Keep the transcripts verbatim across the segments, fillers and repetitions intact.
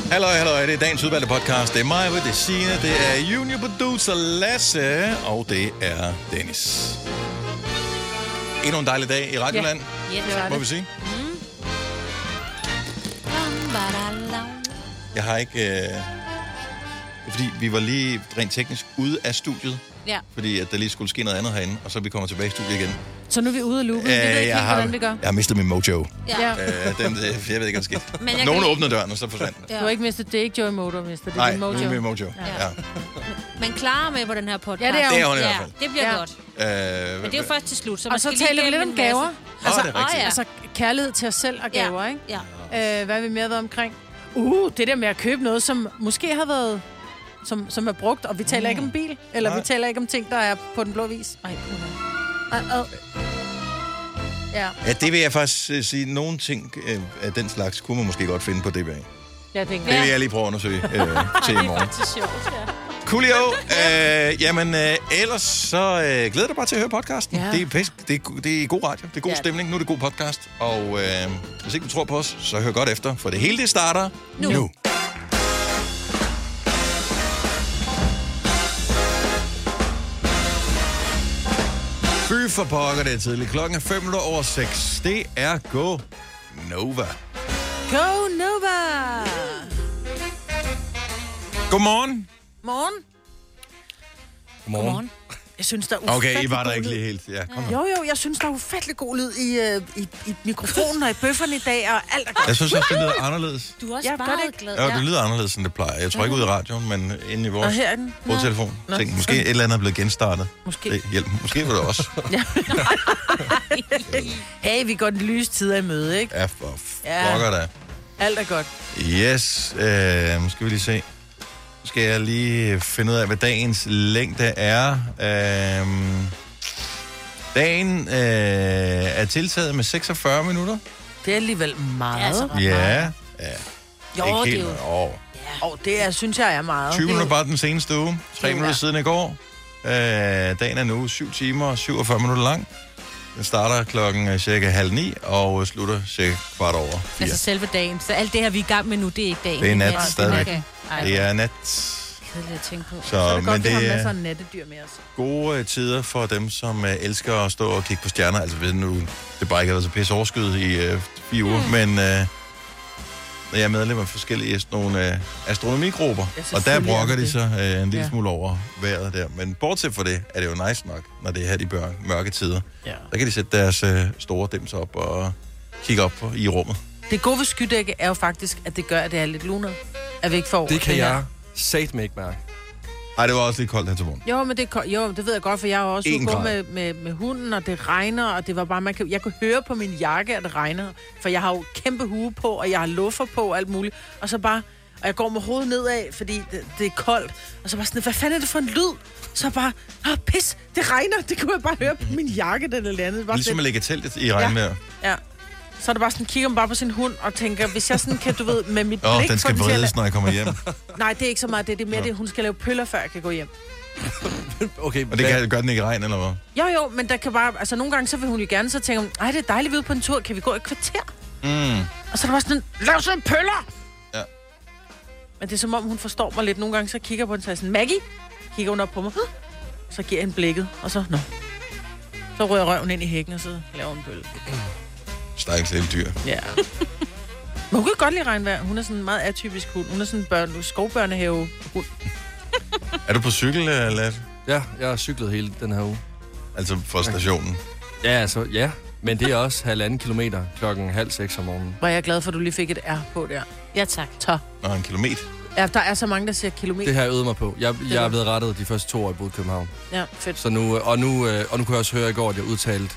Halløj, halløj, det er dagens udvalgte podcast. Det er mig, det er Signe, det er junior producer Lasse, og det er Dennis. Endnu en dejlig dag i Radioland, ja. Ja, det var må det. vi sige. Mm. Jeg har ikke... Øh... Det er fordi, vi var lige rent teknisk ude af studiet, ja. fordi at der lige skulle ske noget andet herinde, og så vi kommer tilbage i studiet igen. Så nu er vi ude af loopen. Vi ved ikke helt, har, hvordan vi gør. Jeg har mistet min mojo. Ja. Øh, den, jeg ved ikke, hvad der skete. Men Nogen kan... åbnede døren, og så forsvandt den. Ja. Du har ikke mistet, det er ikke Joey Motor, mister. Det er Nej, din mojo. det er min mojo. Ja. Ja. Men Clara med på den her podcast. Ja, det er hun, det er hun i ja, hvert fald. det bliver ja. godt. Øh, Men det er jo først til slut. Så og så taler vi lidt om gaver. Altså, oh, det er rigtigt. ja. altså kærlighed til os selv og gaver, ja. ikke? Ja. Øh, hvad har vi mere været omkring? Uh, det der med at købe noget, som måske har været... Som, som er brugt, og vi taler mm. ikke om bil. Eller Nej. vi taler ikke om ting, der er på den blå vis. Ej, uh, uh. Ja. Ja, det vil jeg faktisk uh, sige. Nogle ting uh, af den slags kunne man måske godt finde på D B A. Jeg tænker, det vil jeg lige prøve at undersøge uh, til i morgen. Det er faktisk sjovt, ja. Coolio. Uh, jamen, uh, ellers så uh, glæder dig bare til at høre podcasten. Ja. Det, er pæsk, det, er, det er god radio, det er god ja. stemning. Nu er det god podcast. Og uh, hvis ikke du tror på os, så hør godt efter. For det hele det starter nu. nu. Fy for pokker, det er tidligt. Klokken er fem minutter over seks. Det er Go Nova. Go Nova! Godmorgen. Morgen. Godmorgen. Godmorgen. Jeg synes, der er ufattelig Okay, I var der god ikke lyd. lige helt. Ja, kom Jo, jo, jeg synes, der er ufattelig god lyd i, uh, i, i mikrofonen og i bøfferne i dag, og alt er godt. Jeg synes også, det lyder anderledes. Du er også Jeg gør meget det glad. Ja, det lyder anderledes, end det plejer. Jeg tror ikke ud i radioen, men inde i vores hovedtelefon. Tænk, måske et eller andet er blevet genstartet. Måske. Det hjælper. Måske var det også. Ja. Hey, vi går den lyse tider i møde, ikke? Ja, for pokker da. Alt er godt. Yes. Øh, skal vi lige se. Skal jeg lige finde ud af, hvad dagens længde er. Øh, dagen øh, er tiltaget med seksogfyrre minutter. Det er alligevel meget. Altså, Ja. Ja. Jo, Ikke det helt er jo... meget. Åh. Og det er, synes jeg er meget. tyve minutter bare den seneste uge. tre Det er- minutter siden i går. Øh, dagen er nu syv timer og syvogfyrre minutter lang. Den starter klokken cirka halv ni og slutter cirka kvart over fire. Altså selve dagen. Så alt det her, vi er i gang med nu, det er ikke dagen. Det er nat Ja, stadigvæk. Okay. Ej, Det er nat. kedeligt at tænke på. Så, Så er det godt, men vi har det masser er af nattedyr med os. gode tider for dem, som uh, elsker at stå og kigge på stjerner. Altså, hvis nu det bare ikke har været så pisse overskyet i uh, fire uger, mm. men uh, når jeg er medlem af forskellige sådan nogle uh, astronomigrupper, Ja, og der selvfølgelig brokker er de det. så uh, en lille Ja. smule over vejret der. Men bortset fra det, er det jo nice nok, når det er her de bør, mørke tider. Ja. Der kan de sætte deres uh, store dims op og kigge op på, i rummet. Det gode ved skydække er jo faktisk, at det gør, at det er lidt lunet. At vi ikke får Det kan her. jeg satme ikke mærke. Ej, det var også lidt koldt her til morgen. Jo, men det, er ko- jo, det ved jeg godt, for jeg har også En ude gå grad. med, med, med hunden, og det regner, og det var bare, man kan, jeg kunne høre på min jakke, at det regner, for jeg har jo kæmpe hue på, og jeg har luffer på, og alt muligt, og så bare, og jeg går med hovedet nedad, fordi det, det er koldt, og så bare sådan, hvad fanden er det for en lyd? Så bare, åh, pis, det regner, det kunne jeg bare høre på min jakke, den eller andet. Bare Ligesom at lægge teltet i regnvejr. Ja. Så er det bare sådan, kigger man bare på sin hund og tænker, hvis jeg sådan kan, du ved, med mit Åh, blik... den skal få til at vredes, la- når jeg kommer hjem. Nej, det er ikke så meget det. Det er mere det, hun skal lave pøller, før jeg kan gå hjem. Okay, Og det kan, gør den ikke i regn, eller hvad? Jo, jo, men der kan bare... Altså, nogle gange, så vil hun jo gerne, så tænker hun, ej, det er dejligt, vi er ude på en tur. Kan vi gå et kvarter? Mm. Og så er det bare sådan, lav sådan en pøller! Ja. Men det er som om, hun forstår mig lidt. Nogle gange, så kigger jeg på den, så er jeg sådan, Maggie? Kigger hun op på mig. Huh? Så giver jeg hende blikket, og så, nå. Så rører røven ind i hækken, og så laver hun en pølle. Stakkels lille dyr. Ja. Men hun kan godt lide regnvejr. Hun er sådan en meget atypisk hund. Hun er sådan en børn, skovbørnehave-hund. Er du på cykel, øh, Lasse? Ja, jeg har cyklet hele den her uge. Altså fra stationen? Ja, altså, ja. Men det er også halvanden kilometer klokken halv seks om morgenen. Var jeg glad for, at du lige fik et R på der. Ja, tak. Så. Nå, en kilometer. Ja, der er så mange, der siger kilometer. Det har jeg øvet mig på. Jeg, jeg er det. blevet rettet de første to år, jeg boede i København. Ja, fedt. Så nu, og, nu, øh, og nu kunne jeg også høre i går, at jeg udtalte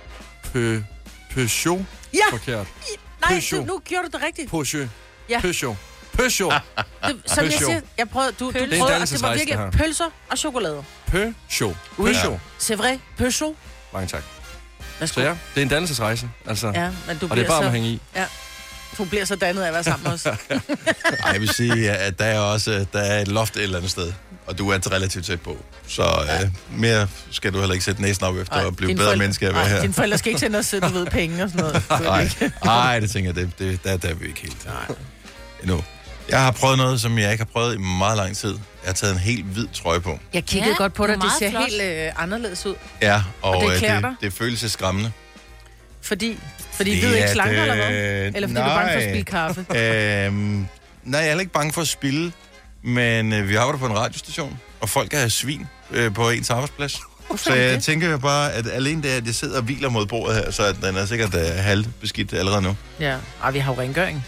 Pø, Peugeot Ja! forkert. Nej, Peugeot. du, nu gjorde du det rigtigt. Peugeot. Ja. Peugeot. Peugeot. Det, som jeg Peugeot. siger, jeg prøvede, du, du Pølse. Det er en prøvede, og det var dannelsesrejse, virkelig det her. pølser og chokolade. Peugeot. Oui. Peugeot. C'est vrai, Peugeot. Mange tak. Værsgo. Så ja, det er en dannelsesrejse. Altså. Ja, men du Og det bliver er bare om så, at hænge i. du bliver så dannet af at være sammen med os. Ej, jeg vil sige, at der er også der er et loft et eller andet sted, og du er relativt tæt på. Så øh, mere skal du heller ikke sætte næsen op efter Ej, at blive dine bedre forældre- menneske at være Ej, her. dine forældre skal ikke sende os, du ved, penge og sådan noget. Nej, nej, det tænker jeg, det, det, der, der er vi ikke helt. Nej. Endnu. Jeg har prøvet noget, som jeg ikke har prøvet i meget lang tid. Jeg har taget en helt hvid trøje på. Jeg kiggede Ja, godt på det er dig, det meget ser flot. helt øh, anderledes ud. Ja, og, Og det øh, klæder det, dig? det føles skræmmende. Fordi, fordi Det du er ikke at, slanker, eller hvad? øh, Eller fordi du er bange for at nej. spille kaffe? Øhm, nej, jeg er heller ikke bange for at spille, men øh, vi arbejder på en radiostation, og folk er svin øh, på ens arbejdsplads. Så jeg det? tænker bare, at alene det, at jeg sidder og hviler mod bordet her, så den er sikkert uh, halvbeskidt allerede nu. Ja, og vi har jo rengøring.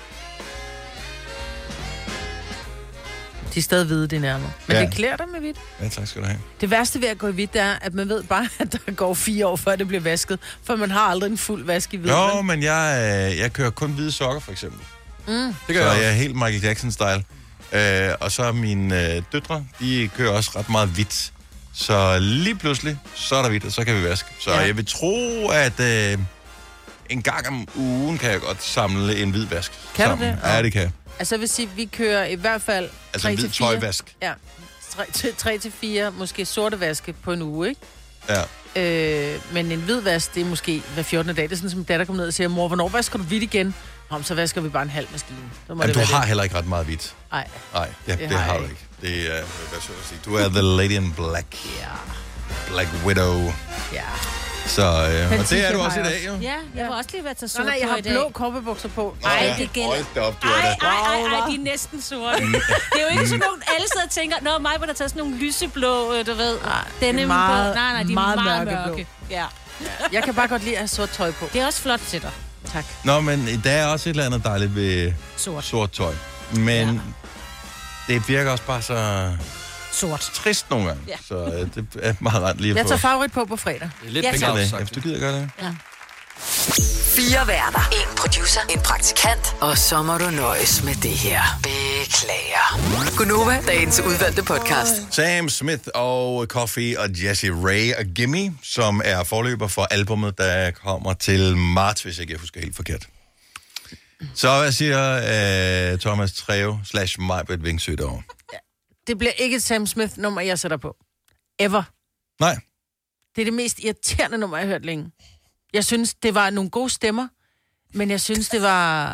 De er stadig hvide, det nærmere. Men Ja. ja. det klæder dig med hvidt. Ja, tak skal du have. Det værste ved at gå i hvidt, det er, at man ved bare, at der går fire år, før det bliver vasket. For man har aldrig en fuld vask i hvid. Jo, vel? men jeg, øh, jeg kører kun hvide sokker, for eksempel. Mm. Det Så gør jeg jeg er også. helt Michael Jackson-style. Øh, og så mine øh, døtre, de kører også ret meget hvidt. Så lige pludselig, så er der hvidt, og så kan vi vaske. Så Ja. jeg vil tro, at øh, en gang om ugen kan jeg godt samle en hvid vask. Kan du sammen. det? Ja, det kan jeg. Altså, jeg vil sige, at vi kører i hvert fald Altså en tre hvid til fire. tøjvask. Ja, tre til, tre til fire, måske sorte vaske på en uge, ikke? Ja. Øh, men en hvid vask, det er måske hver fjortende dag. Det er sådan, som datter kommer ned og siger, mor, hvornår vasker du hvidt igen? Om, så vasker vi bare en halv maskine. Så må Men det du være har det. heller ikke ret meget hvidt. Ej, Nej, ja, det, Det det har har jeg du ikke. Det er, hvad skal jeg sige? Du er the lady in black. ja, Black Widow. ja. Så, øh, og t-shirt det er du har også i jeg dag, jo. Ja, jeg vil også lige være til Nej, sort nej, jeg på har i dag. blå korpebukser på. Nå, Ej, ja. det gælder. Hold da op, du er Ej, da. ej, ej, ej, de er næsten sorte. Det er jo ikke sådan nogle, alle sidder og tænker, nå, mig må der tage sådan nogle lyseblå, øh, du ved, denim meget- på. Nej, nej, de er meget meget, meget mørkeblå. mørke. Ja. Jeg kan bare godt lide at have sort tøj på. Det er også flot til dig. Tak. Nå, men der er også et eller andet dejligt ved Sort. sort tøj. Men Ja. det virker også bare så Sort. trist nogle gange. Ja. Så øh, det er meget rent lige at Jeg få. tager favorit på på fredag. Det er lidt Ja, penge Gør det, afsagt. hvis du gider gøre det. Ja. Fire værter. En producer. En praktikant. Og så må du nøjes med det her. Beklager. Gunova, dagens udvalgte podcast. Sam Smith og Coffee og Jessie Ray og Gimme, som er forløber for albumet, der kommer til marts, hvis ikke jeg husker helt forkert. Så hvad siger uh, Thomas Treve slash Majbert Vingsø derovre? Det bliver ikke et Sam Smith-nummer, jeg sætter på. Ever. Nej. Det er det mest irriterende nummer, jeg har hørt længe. Jeg synes, det var nogle gode stemmer, men jeg synes, det var...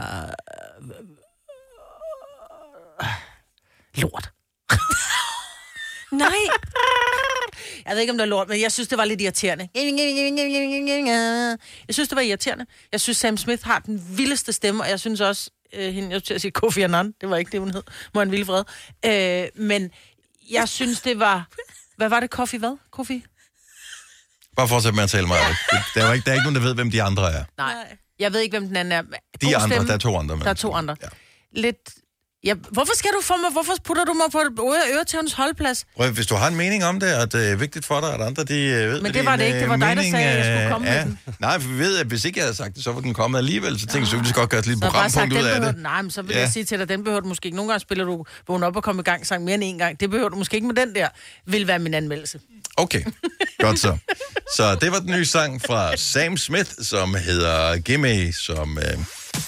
Lort. Nej. Jeg ved ikke, om det er lort, men jeg synes, det var lidt irriterende. Jeg synes, det var irriterende. Jeg synes, Sam Smith har den vildeste stemme, og jeg synes også, øh, hende, jeg skulle sige Kofi Annan, det var ikke det, hun hed, må en vild fred. Øh, men jeg synes, det var... Hvad var det, Kofi hvad? Kofi? Bare fortsæt med at tale mig. Ja. Der, er ikke, der er ikke nogen, der ved, hvem de andre er. Nej. Jeg ved ikke, hvem den anden er. God De andre, stemme. der er to andre. Men... Der er to andre. Ja. Lidt... Ja, hvorfor skal du få mig? Hvorfor putter du mig på et øre, øretævns holdplads? Prøv, hvis du har en mening om det, og det er vigtigt for dig, at andre de øh, ved, Men hvad det var din, det ikke. Det var øh, dig, der mening, sagde, at jeg skulle øh, komme med er. den. Nej, for vi ved, at hvis ikke jeg havde sagt det, så var den kommet alligevel. Så tænkte jeg, så ville vi godt gøre et lille Så har jeg bare sagt, programpunkt den ud af behøver... det. Nej, men så vil Ja. jeg sige til dig, den behøver du måske ikke. Nogle gange spiller du vågen op og komme i gang sang mere end en gang. Det behøver du måske ikke med den der. Vil være min anmeldelse. Okay, godt så. Så det var den nye sang fra Sam Smith, som hedder Gimme, som øh,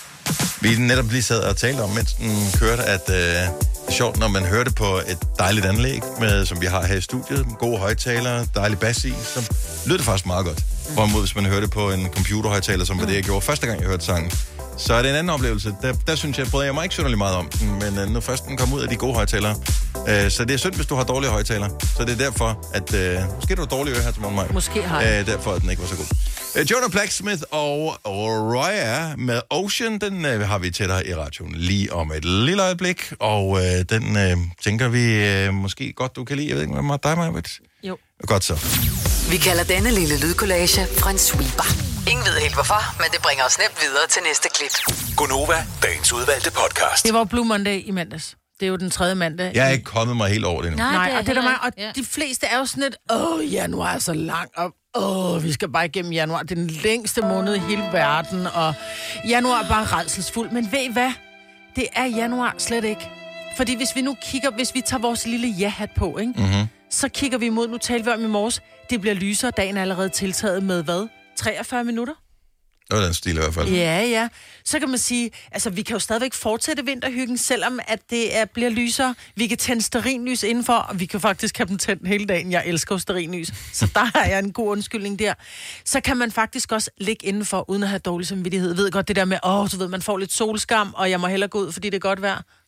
vi netop lige sad og talte om, mens den kørte, at øh, det er sjovt, når man hører det på et dejligt anlæg, med, som vi har her i studiet, gode højtalere, dejlig bas i, så lyder det faktisk meget godt. Hvorimod, hvis man hører det på en computerhøjtaler, som var det, jeg gjorde første gang, jeg hørte sangen, så er det en anden oplevelse. Der, der synes jeg, bryder jeg mig ikke synderligt meget om den, men øh, nu først den kom ud af de gode højtalere. Øh, så det er synd, hvis du har dårlige højtalere. Så det er derfor, at øh, måske du har dårlige øre her til morgen, Maja. Måske har jeg. Øh, derfor, at den ikke var så god. Øh, Jonah Blacksmith og Roya med Ocean, den øh, har vi til dig i radioen lige om et lille øjeblik. Og øh, den øh, tænker vi øh, måske godt, du kan lide. Jeg ved ikke, hvad meget dig, Maja? Jo. Godt så. Vi kalder denne lille lydkollage en sweeper. Ingen ved helt hvorfor, men det bringer os nemt videre til næste klip. Gunova, dagens udvalgte podcast. Det var Blue Monday i mandags. Det er jo den tredje mandag. Jeg er ikke kommet mig helt over det nu. Nej, Nej, det er og det er der heller mig. Og ikke. Ja. de fleste er jo sådan et, åh, januar er så lang, og åh, vi skal bare igennem januar. Det er den længste måned i hele verden, og januar er bare rædselsfuld. Men ved I hvad? Det er januar slet ikke. Fordi hvis vi nu kigger, hvis vi tager vores lille ja-hat på, ikke? Mm-hmm. Så kigger vi imod, nu talte vi om i morges, det bliver lysere, dagen er allerede tiltaget med hvad? treogfyrre minutter? Det var den stil i hvert fald. Ja, ja. Så kan man sige, altså vi kan jo stadigvæk fortsætte vinterhyggen, selvom at det er, bliver lysere. Vi kan tænde stearinlys indenfor, og vi kan faktisk have dem tændt hele dagen. Jeg elsker jo stearinlys, så der har jeg en god undskyldning der. Så kan man faktisk også ligge indenfor, uden at have dårlig samvittighed. Jeg ved godt det der med, åh, du ved, man får lidt solskam, og jeg må hellere gå ud, fordi det er godt vejr.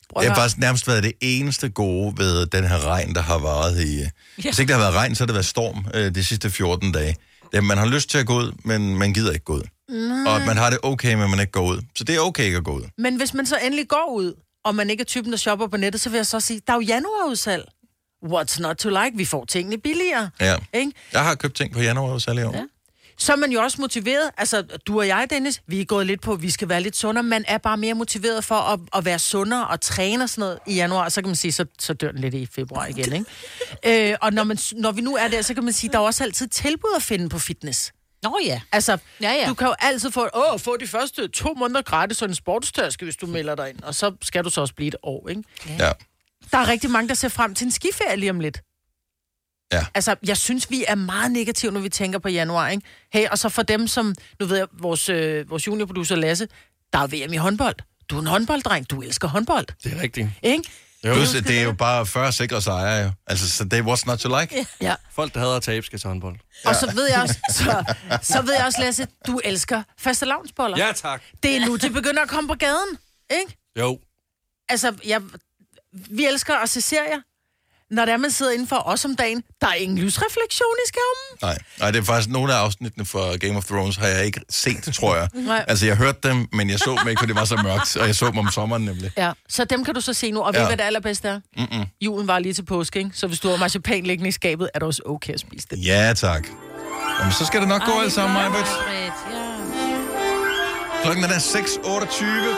Det har faktisk nærmest været det eneste gode ved den her regn, der har varet i... Ja. Hvis ikke der har været regn, så har det været storm øh, de sidste fjorten dage. Det, man har lyst til at gå ud, men man gider ikke gå ud. Nej. Og man har det okay, men man ikke går ud. Så det er okay ikke at gå ud. Men hvis man så endelig går ud, og man ikke er typen, der shopper på nettet, så vil jeg så sige, der er jo januarudsalg. What's not to like? Vi får tingene billigere. Ja. Ikke? Jeg har købt ting på januarudsalg i år. Ja. Så er man jo også motiveret. Altså, du og jeg, Dennis, vi er gået lidt på, at vi skal være lidt sundere. Man er bare mere motiveret for at, at være sundere og træne og sådan noget i januar. Så kan man sige, så, så dør den lidt i februar igen, ikke? øh, og når, man, når vi nu er der, så kan man sige, der er også altid tilbud at finde på fitness. Nå ja. Altså, ja, ja. Du kan jo altid få, åh, få de første to måneder gratis sådan en sportstørske, hvis du melder dig ind. Og så skal du så også blive et år, ikke? Ja. Der er rigtig mange, der ser frem til en skiferie lige om lidt. Ja. Altså, jeg synes, vi er meget negative, når vi tænker på januar, ikke? Hey, og så for dem, som, nu ved jeg, vores, øh, vores juniorproducer Lasse, der er V M i håndbold. Du er en håndbolddreng, du elsker håndbold. Det er rigtigt. Ikke? Jo. Plus, det er jo bare fyrre sikre sejre, jo. Altså, så det er what's not to like. Ja. Folk, der hader at tabe, skal til håndbold. Ja. Og så ved jeg også, så, så ved jeg også, Lasse, du elsker fastelavnsboller. Ja, tak. Det er nu, det begynder at komme på gaden, ikke? Jo. Altså, jeg, vi elsker at se serier. Når der man sidder indenfor os om dagen, der er ingen lysreflektion i skærmen. Nej, nej, det er faktisk nogle af afsnittene for Game of Thrones, har jeg ikke set, tror jeg. Nej. Altså, jeg hørte dem, men jeg så dem ikke, fordi det var så mørkt, og jeg så dem om sommeren nemlig. Ja, så dem kan du så se nu, og ja. Ved hvad det allerbedste er? Mm-mm. Julen var lige til påske, ikke? Så hvis du har marcipan liggende i skabet, er det også okay at spise det. Ja, tak. Jamen, så skal det nok Ej, gå alt sammen, Majbert. Ja. Klokken er seks otteogtyve.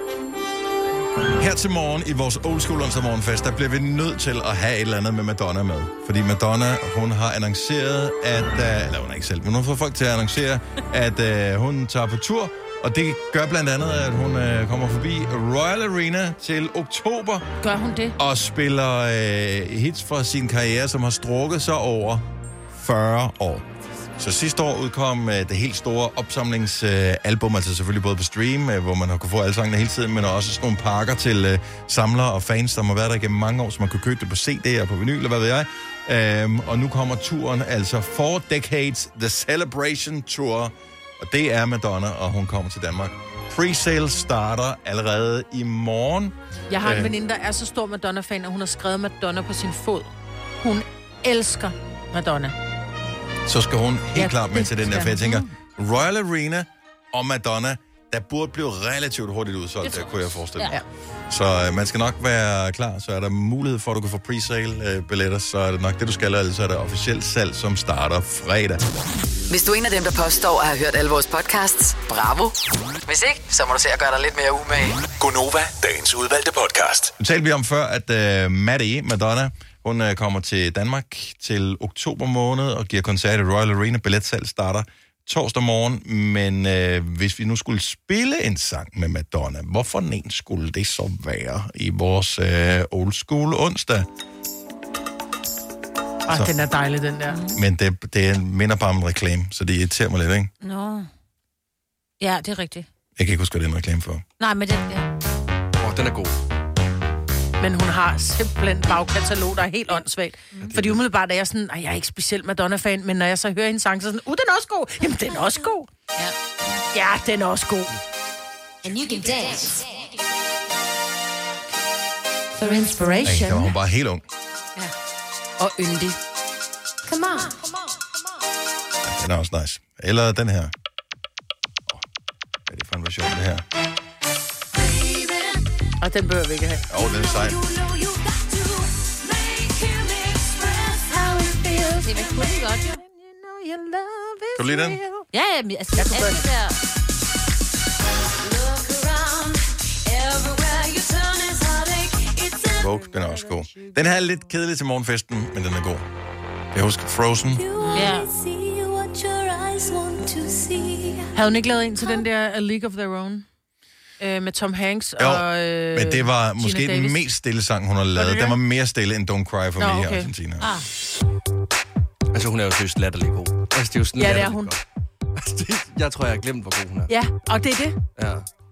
Her til morgen i vores Old School onsdag morgenfest, der bliver vi nødt til at have et eller andet med Madonna med. Fordi Madonna, hun har annonceret, at... Uh, eller hun er ikke selv, men hun får folk til at annoncere, at uh, hun tager på tur. Og det gør blandt andet, at hun uh, kommer forbi Royal Arena til oktober. Gør hun det? Og spiller uh, hits fra sin karriere, som har strukket sig over fyrre år. Så sidste år udkom uh, det helt store opsamlingsalbum, uh, altså selvfølgelig både på stream, uh, hvor man har kunne få alle sangene hele tiden, men også sådan nogle pakker til uh, samlere og fans, der har været der igennem mange år, så man kunne købe det på C D og på vinyl, eller hvad ved jeg. Um, og nu kommer turen, altså Four Decades The Celebration Tour, og det er Madonna, og hun kommer til Danmark. Presale starter allerede i morgen. Jeg har en uh, veninde, der er så stor Madonna-fan, og hun har skrevet Madonna på sin fod. Hun elsker Madonna. Så skal hun helt ja, klart med til den der, for jeg tænker, Mm. Royal Arena og Madonna, der burde blive relativt hurtigt udsolgt, der kunne jeg forestille mig. Ja. Så øh, man skal nok være klar, så er der mulighed for, at du kan få presale øh, billetter, så er det nok det, du skal, eller så er der officielt salg, som starter fredag. Hvis du er en af dem, der påstår at have hørt alle vores podcasts, bravo. Hvis ikke, så må du se at gøre dig lidt mere umage. Gonova, dagens udvalgte podcast. Nu talte vi om før, at øh, Maddie, Madonna, hun øh, kommer til Danmark til oktober måned og giver koncert i Royal Arena. Billetsalg starter torsdag morgen, men øh, hvis vi nu skulle spille en sang med Madonna, hvorfor en skulle det så være i vores øh, old school onsdag? Ah, den er dejlig, den der. Men det, det minder bare om en reklame, så det irriterer mig lidt, ikke? Nå. Ja, det er rigtigt. Jeg kan ikke huske, hvad det er en reklame for. Nej, men den, ja. Åh, oh, den er god. Men hun har simpelthen bagkatalog, der er helt åndssvagt. Mm. Fordi umiddelbart er jeg sådan, jeg er ikke specielt Madonna-fan, men når jeg så hører hendes sang, så er sådan, uh, den er også god. Jamen, den er også god. Ja. Ja, den er også god. And you can dance. For Ej, inspiration. der var hun bare helt ung. Ja. Og yndig. Come on. Ja, den er også nice. Eller den her. Oh, hvad er det for en version, det her? Og den bør vi ikke have. Åh, oh, den er sej. Det var kun godt, jo. Kan du lide den? Ja, ja, altså, jeg kunne det der... Vogue, den er også god. Den her er lidt kedelig til morgenfesten, men den er god. Jeg husker Frozen. Ja. Havde hun ikke lavet en til den der A League of Their Own? Øh, med Tom Hanks Jo, og øh, men det var Gina måske Davis. den mest stille sang, hun har lavet. det det? Den var mere stille end Don't Cry for Nå, Me i okay. Argentina. Ah. Altså, hun er jo seriøst latterlig god. Altså, det er jo sådan Ja, det er latterligt hun. godt. Altså, det, jeg tror, jeg har glemt, hvor god hun er. Ja, og det er det. Ja.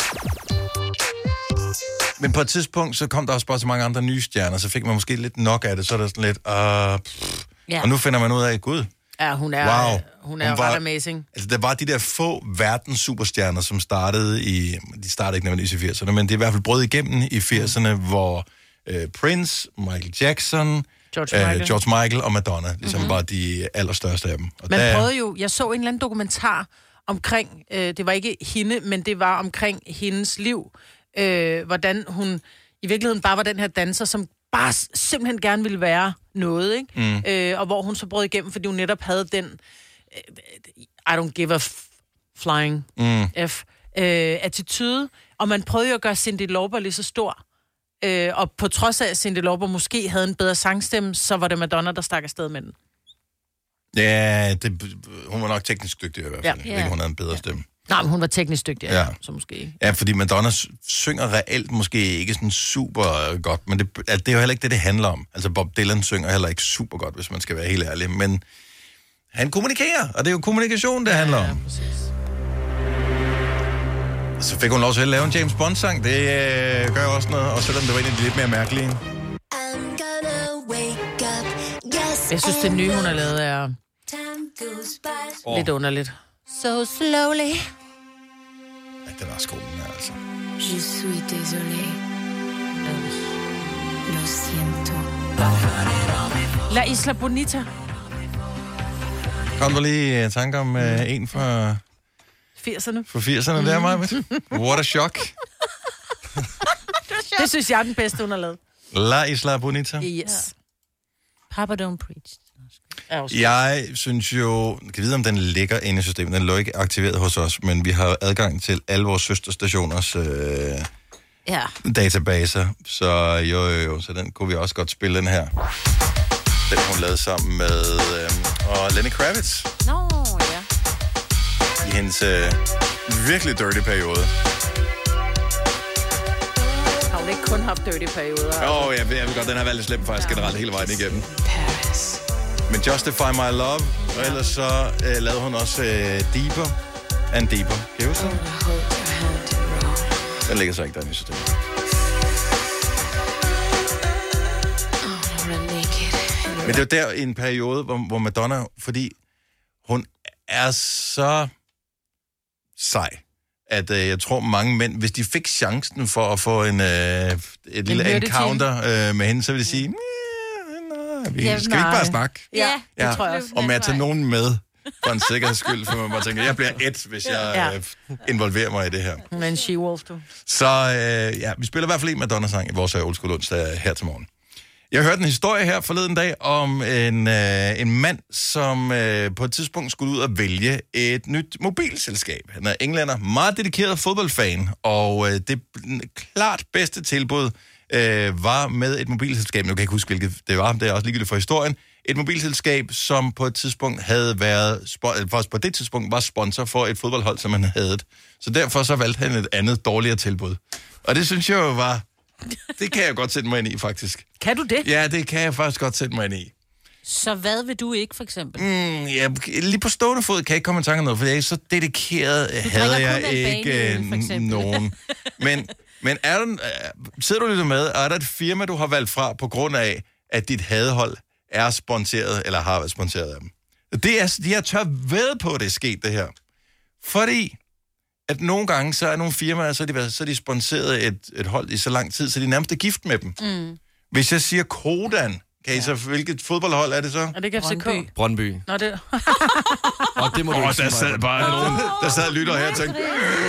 Men på et tidspunkt, så kom der også bare så mange andre nye stjerner, så fik man måske lidt nok af det, så er der sådan lidt, uh, Ja. og nu finder man ud af, gud, Ja, hun er, Wow. hun er Hun ret var- amazing. Altså, der var de der få verdens superstjerner, som startede i... De startede ikke nødvendigvis i firserne, men det er i hvert fald brød igennem i firserne, mm. hvor øh, Prince, Michael Jackson, George Michael, øh, George Michael og Madonna ligesom mm-hmm. var de allerstørste af dem. Og Man der, prøvede jo, jeg så en eller anden dokumentar omkring, øh, det var ikke hende, men det var omkring hendes liv, øh, hvordan hun i virkeligheden bare var den her danser, som bare s- simpelthen gerne ville være noget, ikke? Mm. Øh, og hvor hun så brød igennem, fordi hun netop havde den, øh, I don't give a f- flying mm. F, øh, attitude, og man prøvede jo at gøre Cyndi Lauper lige så stor. Øh, og på trods af, at Cyndi Lauper måske havde en bedre sangstemme, så var det Madonna, der stak afsted med den. Ja, det, hun var nok teknisk dygtig i hvert fald. Ja. Ja. Ikke, hun havde en bedre stemme. Nej, men hun var teknisk dygtig, ja. Ja. Så måske ikke. Ja, fordi Madonna s- synger reelt måske ikke sådan super godt, men det, altså, det er jo heller ikke det, det handler om. Altså Bob Dylan synger heller ikke super godt, hvis man skal være helt ærlig, men han kommunikerer, og det er jo kommunikation, det handler om. Ja, præcis. Så fik hun lov til at lave en James Bond-sang, det øh, gør også noget, også selvom det var en af de lidt mere mærkelige. Jeg synes, det nye, hun har lavet, er Oh. lidt underligt. So slowly. Ja, den er også god, den her, altså. Je suis désolé. Lo siento. La Isla Bonita. Kom du lige i tanke om øh, en fra, firserne. fra firserne mm. der, Maja? What a shock. Det synes jeg er den bedste, hun har lavet. La Isla Bonita. Yes. Papa don't preach. Er også Jeg synes jo, jeg kan vide, om den ligger inde i systemet. Den lå ikke aktiveret hos os, men vi har adgang til alle vores søsterstationers øh, Ja. databaser. Så jo, jo, jo, så den kunne vi også godt spille, den her. Den hun lavede sammen med øh, og Lenny Kravitz Nå, ja. i hendes øh, virkelig dirty periode. har hun ikke kun haft dirty perioder. Åh, oh, jeg, ved, jeg ved godt, den har været lidt slem faktisk generelt hele vejen igennem. Paris. Men Justify My Love, og ellers så øh, lavede hun også øh, Deeper and Deeper. Kan I huske den? Hold your hand to roll. Den ligger så ikke derinde i systemet. Oh, I'm naked. Men det er jo der i en periode, hvor, hvor Madonna, fordi hun er så sej, at øh, jeg tror mange mænd, hvis de fik chancen for at få en, øh, et lille hørtetime. encounter øh, med hende, så vil de sige, "Næh, nej, vi, Ja, skal vi ikke nej. bare snakke? Ja, det tror jeg også. Og med at tage nogen med, for en sikkerheds skyld, for man bare tænker, jeg bliver et, hvis jeg øh, involverer mig i det her. Hun er en she-wolf, du. Så øh, ja, vi spiller i hvert fald en Madonna-sang i vores Old School onsdag her til morgen. Jeg hørte en historie her forleden dag om en, øh, en mand, som øh, på et tidspunkt skulle ud og vælge et nyt mobilselskab. Han er englænder, meget dedikeret fodboldfan, og øh, det klart bedste tilbud øh, var med et mobilselskab. Nu kan jeg ikke huske, hvilket det var, det er også ligegyldigt for historien. Et mobilselskab, som på et tidspunkt havde været, spo- faktisk på det tidspunkt var sponsor for et fodboldhold, som han havde. Så derfor så valgte han et andet, dårligere tilbud. Og det synes jeg jo var... Det kan jeg godt sætte mig ind i, faktisk. Kan du det? Ja, det kan jeg faktisk godt sætte mig ind i. Så hvad vil du ikke, for eksempel? Mm, ja, lige på stående fod kan jeg ikke komme i tanke om noget, for jeg er så dedikeret, havde drikker jeg kun Albani, ikke for eksempel. nogen. Men, men er du, sidder du lidt med, er der et firma, du har valgt fra på grund af, at dit hadehold er sponsoreret, eller har været sponsoreret af dem? Det er, de har tør ved på, at det er sket, det her. Fordi at nogle gange, så er nogle firmaer, så er de, så er de sponsoreret et, et hold i så lang tid, så de er nærmest er gift med dem. Mm. Hvis jeg siger Kodan, kan I så, hvilket fodboldhold er det så? Er det ikke F C K? Brøndby. Brøndby. Nå, det... Og det må du Åh, ikke der sige sad mig. bare nogen, der sad og lytter her og tænkte,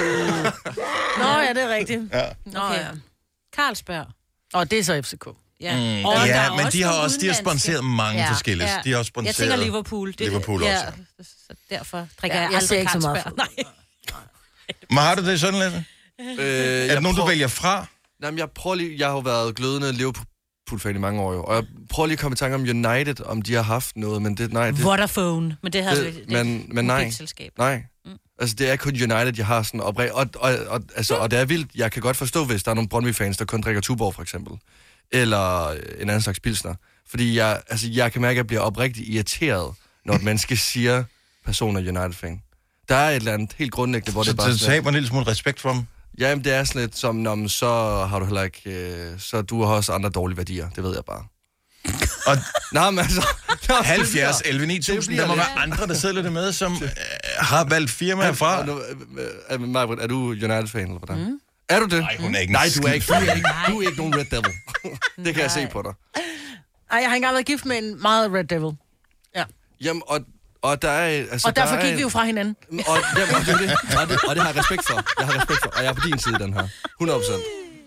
Nå, ja, det er rigtigt. ja. Nå, Okay. ja. Carlsberg. Og det er så F C K. Ja, Mm, og der ja, er men de har nogle også de har udenlandske. sponsoreret mange Ja, forskellige. ja. De har også sponsoreret Jeg tænker Liverpool. Det, Liverpool ja, også. så derfor drikker Ja, jeg jeg ser aldrig ikke så meget Carlsberg. Nej. Men har du det sådan lidt? Øh, Er jeg det nogen, du prøver- vælger fra? Nej, men jeg prøver lige... Jeg har jo været glødende Liverpool-fan i mange år, jo. Og jeg prøver lige at komme i tanke om United, om de har haft noget, men det... Nej, det, Vodafone. Men det har det, det, men, men nej. selskab. Nej. Mm. Altså, det er kun United, jeg har sådan oprig... Og, og, og, altså, og det er vildt. Jeg kan godt forstå, hvis der er nogle Brøndby-fans, der kun drikker Tuborg, for eksempel. Eller en anden slags pilsner. Fordi jeg, altså, jeg kan mærke, at jeg bliver oprigtigt irriteret, når et menneske siger, person er United-fan. Der er et eller andet helt grundlæggende, hvor det Så bare... det taber en lille smule respekt for dem. Ja, jamen, det er sådan lidt som, når man, så har du heller ikke... Øh, så du har også andre dårlige værdier, det ved jeg bare. Og Nej, men altså... halvfjerds elleve ni tusind, der må være andre, der sidder lidt med, som øh, har valgt firmaer fra. Og nu, øh, øh, Majbrit, er du United-fan, eller hvordan? Mm. Er du det? Nej, hun er ikke. Nej, du er ikke. Du er ikke, du er ikke nogen Red Devil. Det kan jeg se på dig. Ej, jeg har ikke engang været gift med en meget Red Devil. Ja. Jamen, og, og der er... Altså, Og derfor der gik er, vi jo fra hinanden. Og, jamen, det, er det, og, det, og det har jeg respekt for. Jeg har respekt for, og jeg er på din side, den her. hundrede procent.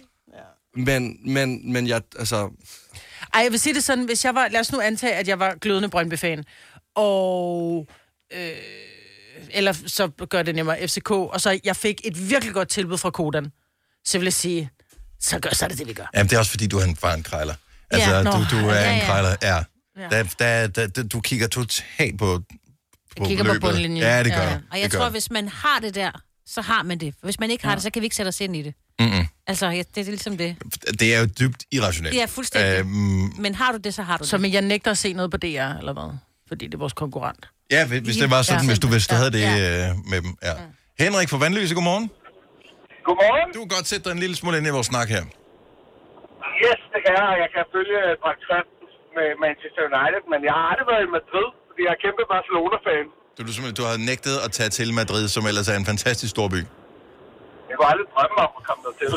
Men, men, men jeg, altså... Ej, jeg vil sige det sådan, hvis jeg var... Lad os nu antage, at jeg var glødende Brøndby-fan. Og... Øh, eller så gør det nemmere F C K. Og så jeg fik et virkelig godt tilbud fra Kodan. Så vil jeg sige, så gør så er det det, vi gør. Jamen, det er også fordi, du er en, en krejler. Altså, Ja, du, nå. du er Ja, en ja. krejler, ja. Ja. Der, der, der, der, du kigger totalt på, på Jeg kigger på beløbet. bundlinjen. Ja, det gør Ja, du. ja. Og jeg det tror, gør. hvis man har det der, så har man det. Hvis man ikke har det, så kan vi ikke sætte os ind i det. Mm-mm. Altså, ja, det er ligesom det. Det er jo dybt irrationelt. Det er fuldstændig. Øhm, Men har du det, så har du det. Så men jeg nægter at se noget på D R, eller hvad? Fordi det er vores konkurrent. ja, hvis, hvis det var sådan, Ja. hvis du, hvis du Ja. havde det øh, med dem. Ja. Henrik fra Vandløse, godmorgen. Godmorgen. Du kan godt sætte dig en lille smule ind i vores snak her. Yes, det kan jeg. Jeg kan følge praktikanten med Manchester United, men jeg har aldrig været i Madrid, fordi jeg er kæmpe Barcelona-fan. Du, du, simpelthen- du har nægtet at tage til Madrid, som ellers er en fantastisk stor by. Jeg kunne aldrig drømme om at komme dertil.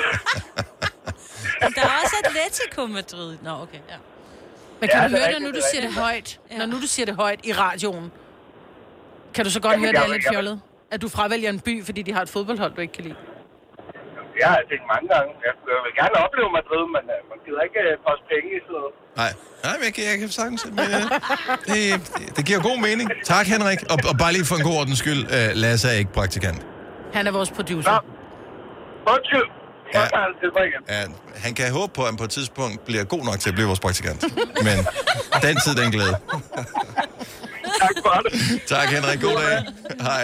Men der er også Atletico Madrid. Nå, okay, ja. Men kan Ja, du det er høre det, rigtigt, når du det er siger det højt? Ja. Når nu du siger det højt i radioen, kan du så godt Jamen, høre, det er jeg- lidt jeg- fjollet? At du fravælger en by, fordi de har et fodboldhold, du ikke kan lide? Jeg har tænkt mange gange. Jeg jeg vil gerne opleve Madrid, men uh, man gider ikke uh, poste penge i sådan noget. Nej, Nej men jeg, kan- jeg kan sagtens... Men, øh, det, det, det giver god mening. Tak, Henrik. Og, og bare lige for en god ordens skyld, øh, Lasse er ikke praktikant. Han er vores producer. Nå. Undskyld. Ja. Ja. Så han til mig igen. Ja, han kan håbe på, at han på et tidspunkt bliver god nok til at blive vores praktikant. Men den tid, den glæde. Tak for det. Tak, Henrik. God dag. Hej.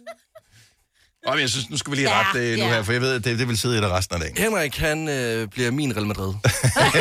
Og jeg synes, nu skal vi lige Ja, rette det nu ja. her, for jeg ved, at det, det vil sidde i det resten af dagen. Henrik, han øh, bliver min Real Madrid. Du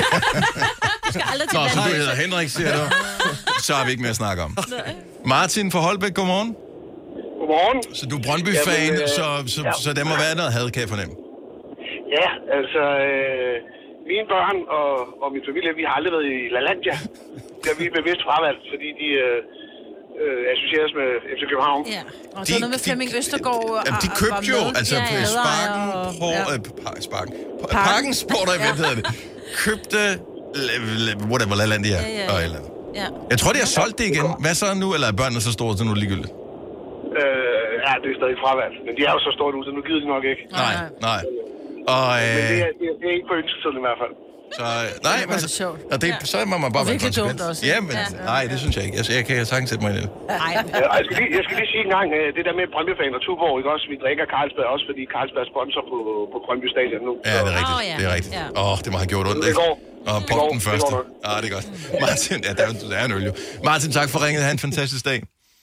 skal aldrig til Nå, som du Vandløse. hedder Henrik, siger du. Så har vi ikke mere at snakke om. Martin fra Holbæk, godmorgen. Godmorgen. Så du er Brøndby-fan, Jamen, øh, så, så, ja. så der må være noget had, kan jeg fornemme. Ja, altså... Øh, mine børn og, og min familie, vi har aldrig været i La Landia. Det har vi bevidst fravalgt, fordi de øh, øh, associeres med F C København. Ja. Og så noget med Flemming Østergaard. og- Jamen, de og- købte var jo, med. altså Ja, ja, ja. Sparken, Og- på, ja. øh, pa- Sparken, Pa- Parken Sport Event hedder det, købte, l- l- whatever, LaLandia, Ja, ja, ja. og et eller andet. Ja. Jeg tror, de har solgt det igen. Hvad så nu, eller er børnene så store, så nu er det ligegyldigt? Øh, ja, det er stadig fravalgt. Men de er jo så store nu, så nu gider de nok ikke. Nej, nej. Og, Men det øh, er, det er, det er ikke på ønsketiden i hvert fald. så, nej, hvor men er så, det sjovt. og det, så må man bare Og være virkelig konsekvent. dumt også. Ja, men nej, det synes jeg ikke. Altså, jeg kan sagtens sætte mig ind i det. Nej. Øh, og jeg, skal lige, jeg skal lige sige en gang, øh, det der med Brøndby-fan og Tuborg, ikke også? Vi drikker Carlsberg også, fordi Carlsberg er sponsor på, på Brøndby Stadion nu. Ja, det er rigtigt. Åh, ja. Det er rigtigt. Ja. Åh, oh, det må have gjort ondt, Det ikke? går. Og Det pop går. den Det første. går nok. Ja, det er godt. Martin, ja, der er, der er en øl jo. Martin, tak for ringet. Ha' en fantastisk dag.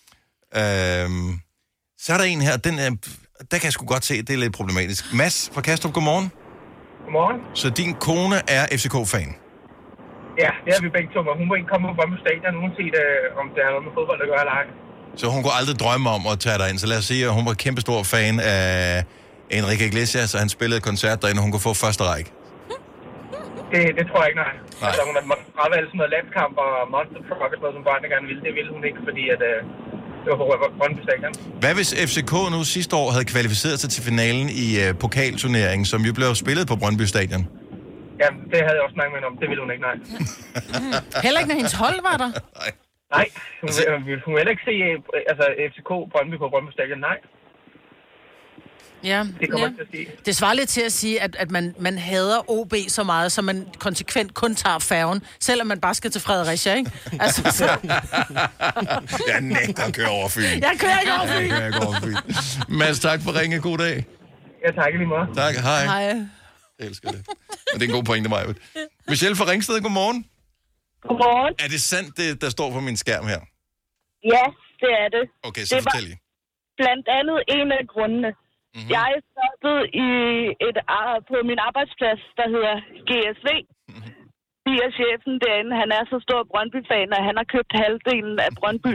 Øhm, så er der en her, den er, der kan jeg sgu godt se, det er lidt problematisk. Mads fra Kastrup, godmorgen. Godmorgen. Så din kone er F C K-fan. Ja, det er vi begge to, og hun må ikke komme på Brøndby Stadion, uanset øh, om det har noget med fodbold at gøre eller ej. Så hun kunne aldrig drømme om at tage dig ind. Så lad os sige, at hun var kæmpestor fan af Enrique Iglesias, og han spillede koncert derinde, og hun kunne få første række. Det, det tror jeg ikke, nej. Nej. Altså, hun har måttet fravalgt sådan noget landskamp og monster truck og sådan noget, som børnene gerne ville. Det ville hun ikke, fordi at, øh, det var på Brøndby Stadion. Hvad hvis F C K nu sidste år havde kvalificeret sig til finalen i uh, pokalturneringen, som jo blev spillet på Brøndby Stadion? Ja, det havde jeg også snakket med hende om. Det ville hun ikke, nej. Heller ikke, når hendes hold var der. Nej. Nej, hun, Altså- altså, vil, hun vil heller ikke se øh, altså, F C K Brøndby på Brøndby Stadion, nej. Ja, Det kommer ja. ikke til at ske. Det svarer lidt til at sige, at, at man, man hader O B så meget, så man konsekvent kun tager færgen, selvom man bare skal til Fredericia, ikke? Altså, så... Jeg nægter at køre over Fyn. Jeg kører ikke over Jeg Fyn. kører ikke over Fyn. Mads, tak for ringe. God dag. Jeg takker lige meget. Tak, hej. Hej. Jeg elsker det. Og det er en god pointe, Maja. Michelle fra Ringsted, godmorgen. Godmorgen. Er det sandt, det, der står på min skærm her? Ja, det er det. Okay, så Det var- fortæl lige. Blandt andet en af grundene. Mm-hmm. Jeg stoppede i et, ar- på min arbejdsplads, der hedder G S V. Mm-hmm. Og chefen derinde, han er så stor Brøndby-fan, at han har købt halvdelen af Brøndby.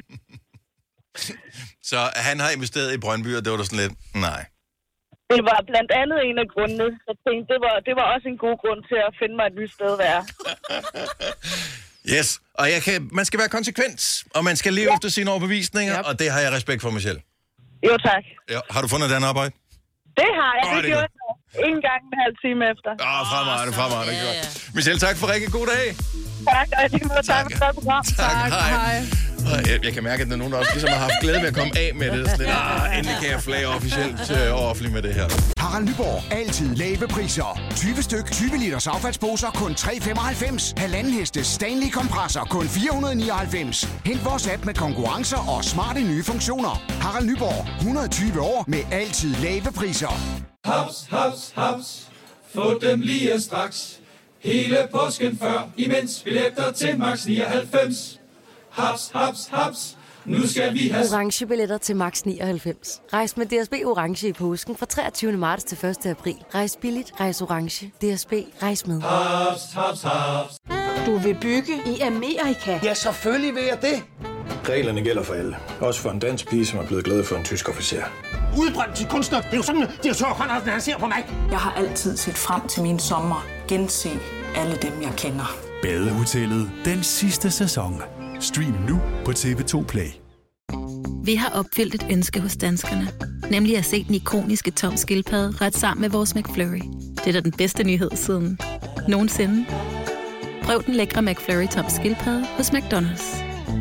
Så han har investeret i Brøndby, og det var der sådan lidt, nej. Det var blandt andet en af grundene. Jeg tænkte, det var, det var også en god grund til at finde mig et nyt sted at være. Yes, og jeg kan, man skal være konsekvent, og man skal leve ja. efter sine overbevisninger, yep. og det har jeg respekt for, Michelle. Jo, tak. Ja, har du fundet et andet arbejde? Det har jeg. Oh, det, det gjorde jeg en gang en halv time efter. Åh, oh, fremad, fremad, det er godt. Michelle, tak for rigtig god dag. Tak, og jeg må tak for det program. Tak, tak, hej. hej. Jeg, jeg kan mærke, at der er nogen, der også ligesom har haft glæde ved at komme af med det. Sådan lidt, ah, endelig kan jeg flage officielt øh, og offentligt med det her. Harald Nyborg. Altid lave priser. tyve styk, tyve liters affaldsposer kun tre komma femoghalvfems. Halvanden heste Stanley kompresser kun fire hundrede nioghalvfems. Hent vores app med konkurrencer og smarte nye funktioner. Harald Nyborg. hundrede og tyve år med altid lave priser. Haps, haps, haps. Få dem lige straks. Hele påsken før, imens billetter til max nioghalvfems. Haps, haps, haps. Nu skal vi have orange billetter til max nioghalvfems. Rejs med D S B orange i påsken fra treogtyvende marts til første april. Rejs billigt, rejs orange. D S B, rejs med. haps, haps, haps. Du vil bygge i Amerika? Ja, selvfølgelig vil jeg det. Reglerne gælder for alle. Også for en dansk pige, som er blevet glad for en tysk officer. Udbrændt til kunstner. Det er jo sådan, at direktør Conradsen, han ser på mig. Jeg har altid set frem til min sommer. Gense alle dem, jeg kender. Badehotellet den sidste sæson. Stream nu på T V to Play. Vi har opfyldt et ønske hos danskerne. Nemlig at se den ikoniske Tom Skildpadde ret sammen med vores McFlurry. Det er da den bedste nyhed siden nogensinde. Prøv den lækre McFlurry Tom Skildpadde hos McDonald's.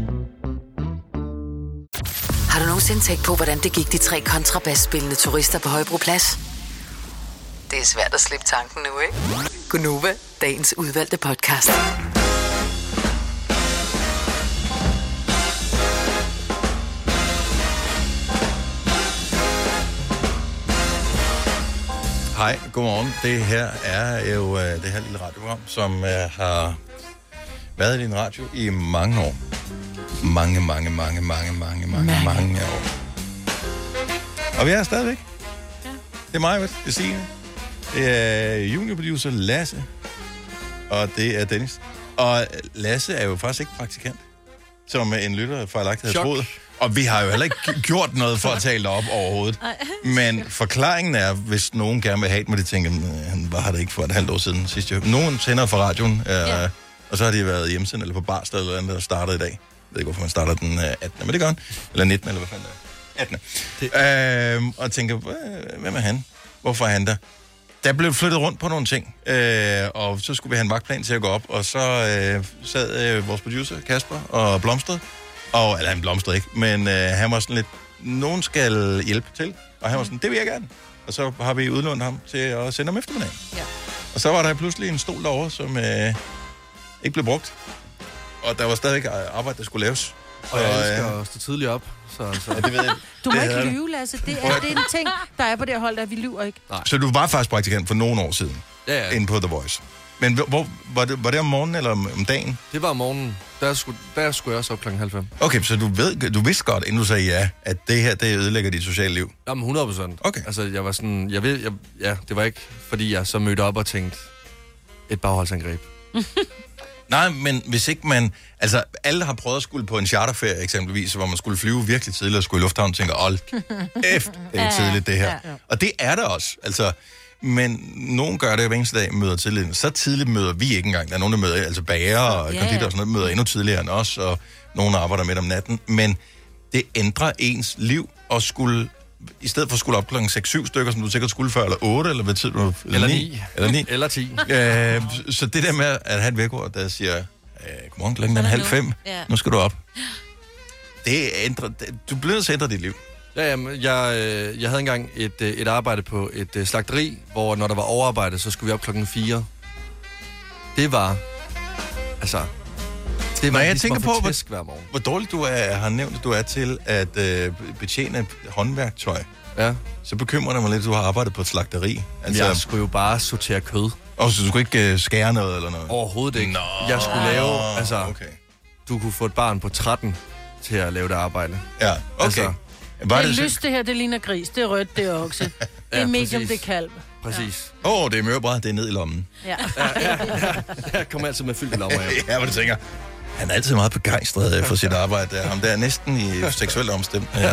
Har du nogensinde tænkt på, hvordan det gik de tre kontrabasspillende turister på Højbroplads? Det er svært at slippe tanken nu, ikke? Gunova, dagens udvalgte podcast. Hej, godmorgen. Det her er jo uh, det her lille radioprogram, som uh, har været i din radio i mange år. Mange, mange, mange, mange, mange, mange, mange år. Og vi er stadigvæk. Ja. Det er mig, det er Signe. Det er juniorproducer Lasse. Og det er Dennis. Og Lasse er jo faktisk ikke praktikant, som en lytter fejlagtigt havde troet. Og vi har jo heller ikke gjort noget for at tale det op overhovedet. Men forklaringen er, hvis nogen gerne vil have det, må de tænke, han var her det ikke for et halvt år siden sidste år. Nogen tænder fra radioen, øh, ja. Og så har de været hjemsendt eller på barsel eller andet, der starter i dag. Jeg ved ikke, hvorfor man starter den attende Men det gør han. Eller nittende eller hvad fanden det er. attende Øh, og tænker, hvem er han? Hvorfor er han der? Der blev flyttet rundt på nogle ting, øh, og så skulle vi have en vagtplan til at gå op, og så øh, sad øh, vores producer, Kasper, og blomstrede. Og, eller han blomstrede ikke, men øh, han var sådan lidt, nogen skal hjælpe til, og han var sådan, det vil jeg gerne. Og så har vi udlånt ham til at sende ham eftermiddagen. Ja. Og så var der pludselig en stol derovre, som øh, ikke blev brugt. Og der var stadig arbejde, der skulle laves. Og jeg elsker øh, at stå tidligt op. Så, så. Ja, det ved jeg. Du må ikke lyve, Lasse. Det er, det er en ting, der er på det hold, der vi lyver ikke. Nej. Så du var faktisk praktikant for nogle år siden, ja, ja. inde på The Voice. Men hvor, var, det, var det om morgenen eller om, om dagen? Det var om morgenen. Der skulle, der skulle jeg også op klokken halv fem. Okay, så du, ved, du vidste godt, inden du sagde ja, at det her, det ødelægger dit sociale liv? Jamen hundrede procent. Okay. Altså, jeg var sådan, jeg ved, jeg, ja, det var ikke, fordi jeg så mødte op og tænkte, et bagholdsangreb. Nej, men hvis ikke man... Altså, alle har prøvet at skulle på en charterferie eksempelvis, hvor man skulle flyve virkelig tidligt og skulle i lufthavnen og tænke, hold efter, det er tidligt det her. Og det er det også. Altså, men nogen gør det hver eneste dag, møder tidligt. Så tidligt møder vi ikke engang. Der er nogen, der møder, altså bager og konditor og sådan noget, møder endnu tidligere end os, og nogen arbejder midt om natten. Men det ændrer ens liv og skulle... I stedet for at skulle op klokken seks syv stykker, som du sikkert skulle før, eller otte, eller hvad tid du... Eller, eller ni. Eller ni. Eller ti. Øh, så det der med at have et vækord, der siger, øh, godmorgen, klokken er halv fem, ja. Nu skal du op. Det ændrer... Det, du bliver nødt til at ændre dit liv. Ja, jamen, jeg, jeg havde engang et, et arbejde på et slagteri, hvor når der var overarbejde, så skulle vi op klokken fire. Det var... Altså... Det var Når jeg ligesom tænker på, hvor, hvor, hvor dårligt du er, har nævnt, at du er til at øh, betjene håndværktøj, ja. Så bekymrer det mig lidt, at du har arbejdet på et slagteri. Altså, jeg skulle jo bare sortere kød. Og så du skulle ikke øh, skære noget eller noget? Overhovedet ikke. Nå. Jeg skulle lave, altså, okay. Du kunne få et barn på tretten til at lave det arbejde. Ja, okay. Altså, var det er lyst, det her, det ligner gris, det er rødt, det er okse. Det er ja, medium, det er kalv. Præcis. Åh, ja. oh, det er mørbræd, det er ned i lommen. Ja. ja, ja, ja. Jeg kommer altid med fyldt i lommer. Ja, ja, hvor du tænker... Han er altid meget begejstret for sit arbejde. Der. Ham der er næsten i seksuelt omstemt. Ja.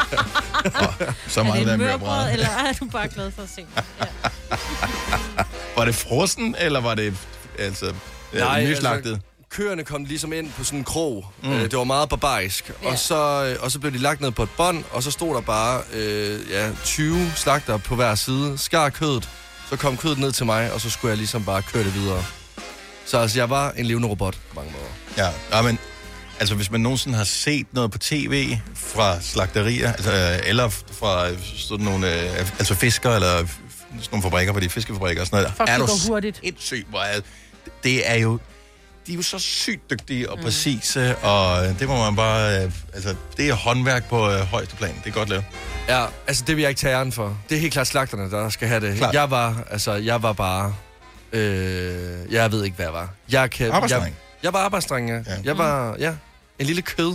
Oh, så meget er det mørbrød, eller er du bare glad for at se det? Ja. Var det frossen, eller var det altså, Nej, nyslagtet? Altså, køerne kom ligesom ind på sådan en krog. Mm. Mm. Øh, det var meget barbarisk. Ja. Og, så, øh, og så blev de lagt ned på et bånd, og så stod der bare øh, ja, tyve slagter på hver side. Skar kødet, så kom kødet ned til mig, og så skulle jeg ligesom bare køre det videre. Så altså, jeg var en levende robot på mange måder. Ja, ja, men altså hvis man nogensinde har set noget på tv fra slagterier, altså, øh, eller fra sådan nogle, øh, altså fisker, eller sådan nogle fabrikker på de fiskefabrikker og sådan noget. Fuck, er det du går hurtigt. sindssygt, hvor er, det er jo, de er jo så sygt dygtige og præcise, og det må man bare, øh, altså det er håndværk på øh, højeste plan. Det er godt lavet. Ja, altså det vil jeg ikke tage æren for. Det er helt klart slagterne, der skal have det. Klart. Jeg var, altså, jeg var bare... Øh, jeg ved ikke, hvad jeg var. Jeg kan, Arbejdsdreng. Jeg, jeg var arbejdsdreng, ja. Ja. Jeg var, ja, en lille kød.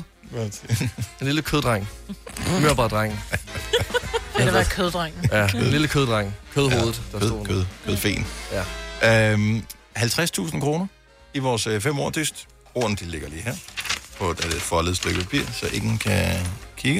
En lille køddreng. Mørbræddreng. Det har været køddrengen. Ja, en lille køddreng. Kødhovedet, ja, der kød, stod. kød, kødfen. Ja. Øhm, halvtreds tusind kroner i vores øh, fem år dyst. Ordene, de ligger lige her på et, et foldet stykke papir, så ingen kan kigge.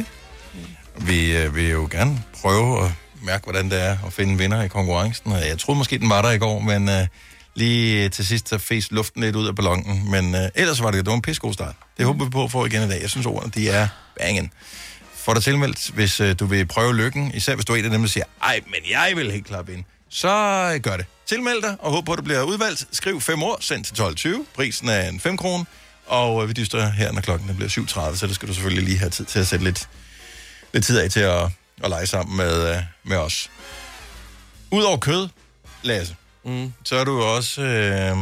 Vi øh, vil jo gerne prøve at mærke, hvordan det er at finde vinder i konkurrencen. Jeg troede måske, den var der i går, men øh, lige til sidst så fæste luften lidt ud af ballonen. Men øh, ellers var det, det var en pissegod start. Det håber vi på at få igen i dag. Jeg synes, ordene, de er bangen. Få dig tilmeldt, hvis øh, du vil prøve lykken. Især hvis du er en af dem, der siger, ej, men jeg vil helt klart vinde. Så øh, gør det. Tilmeld dig, og håb på, at du bliver udvalgt. Skriv fem år, send til tolv tyve. Prisen er en fem kroner. Og øh, vi dyster her, når klokken bliver syv tredive, så det skal du selvfølgelig lige have tid til at sætte lidt, lidt tid af til at, at lege sammen med, øh, med os. Udover kød, Lasse, mm. så er du jo også, øh,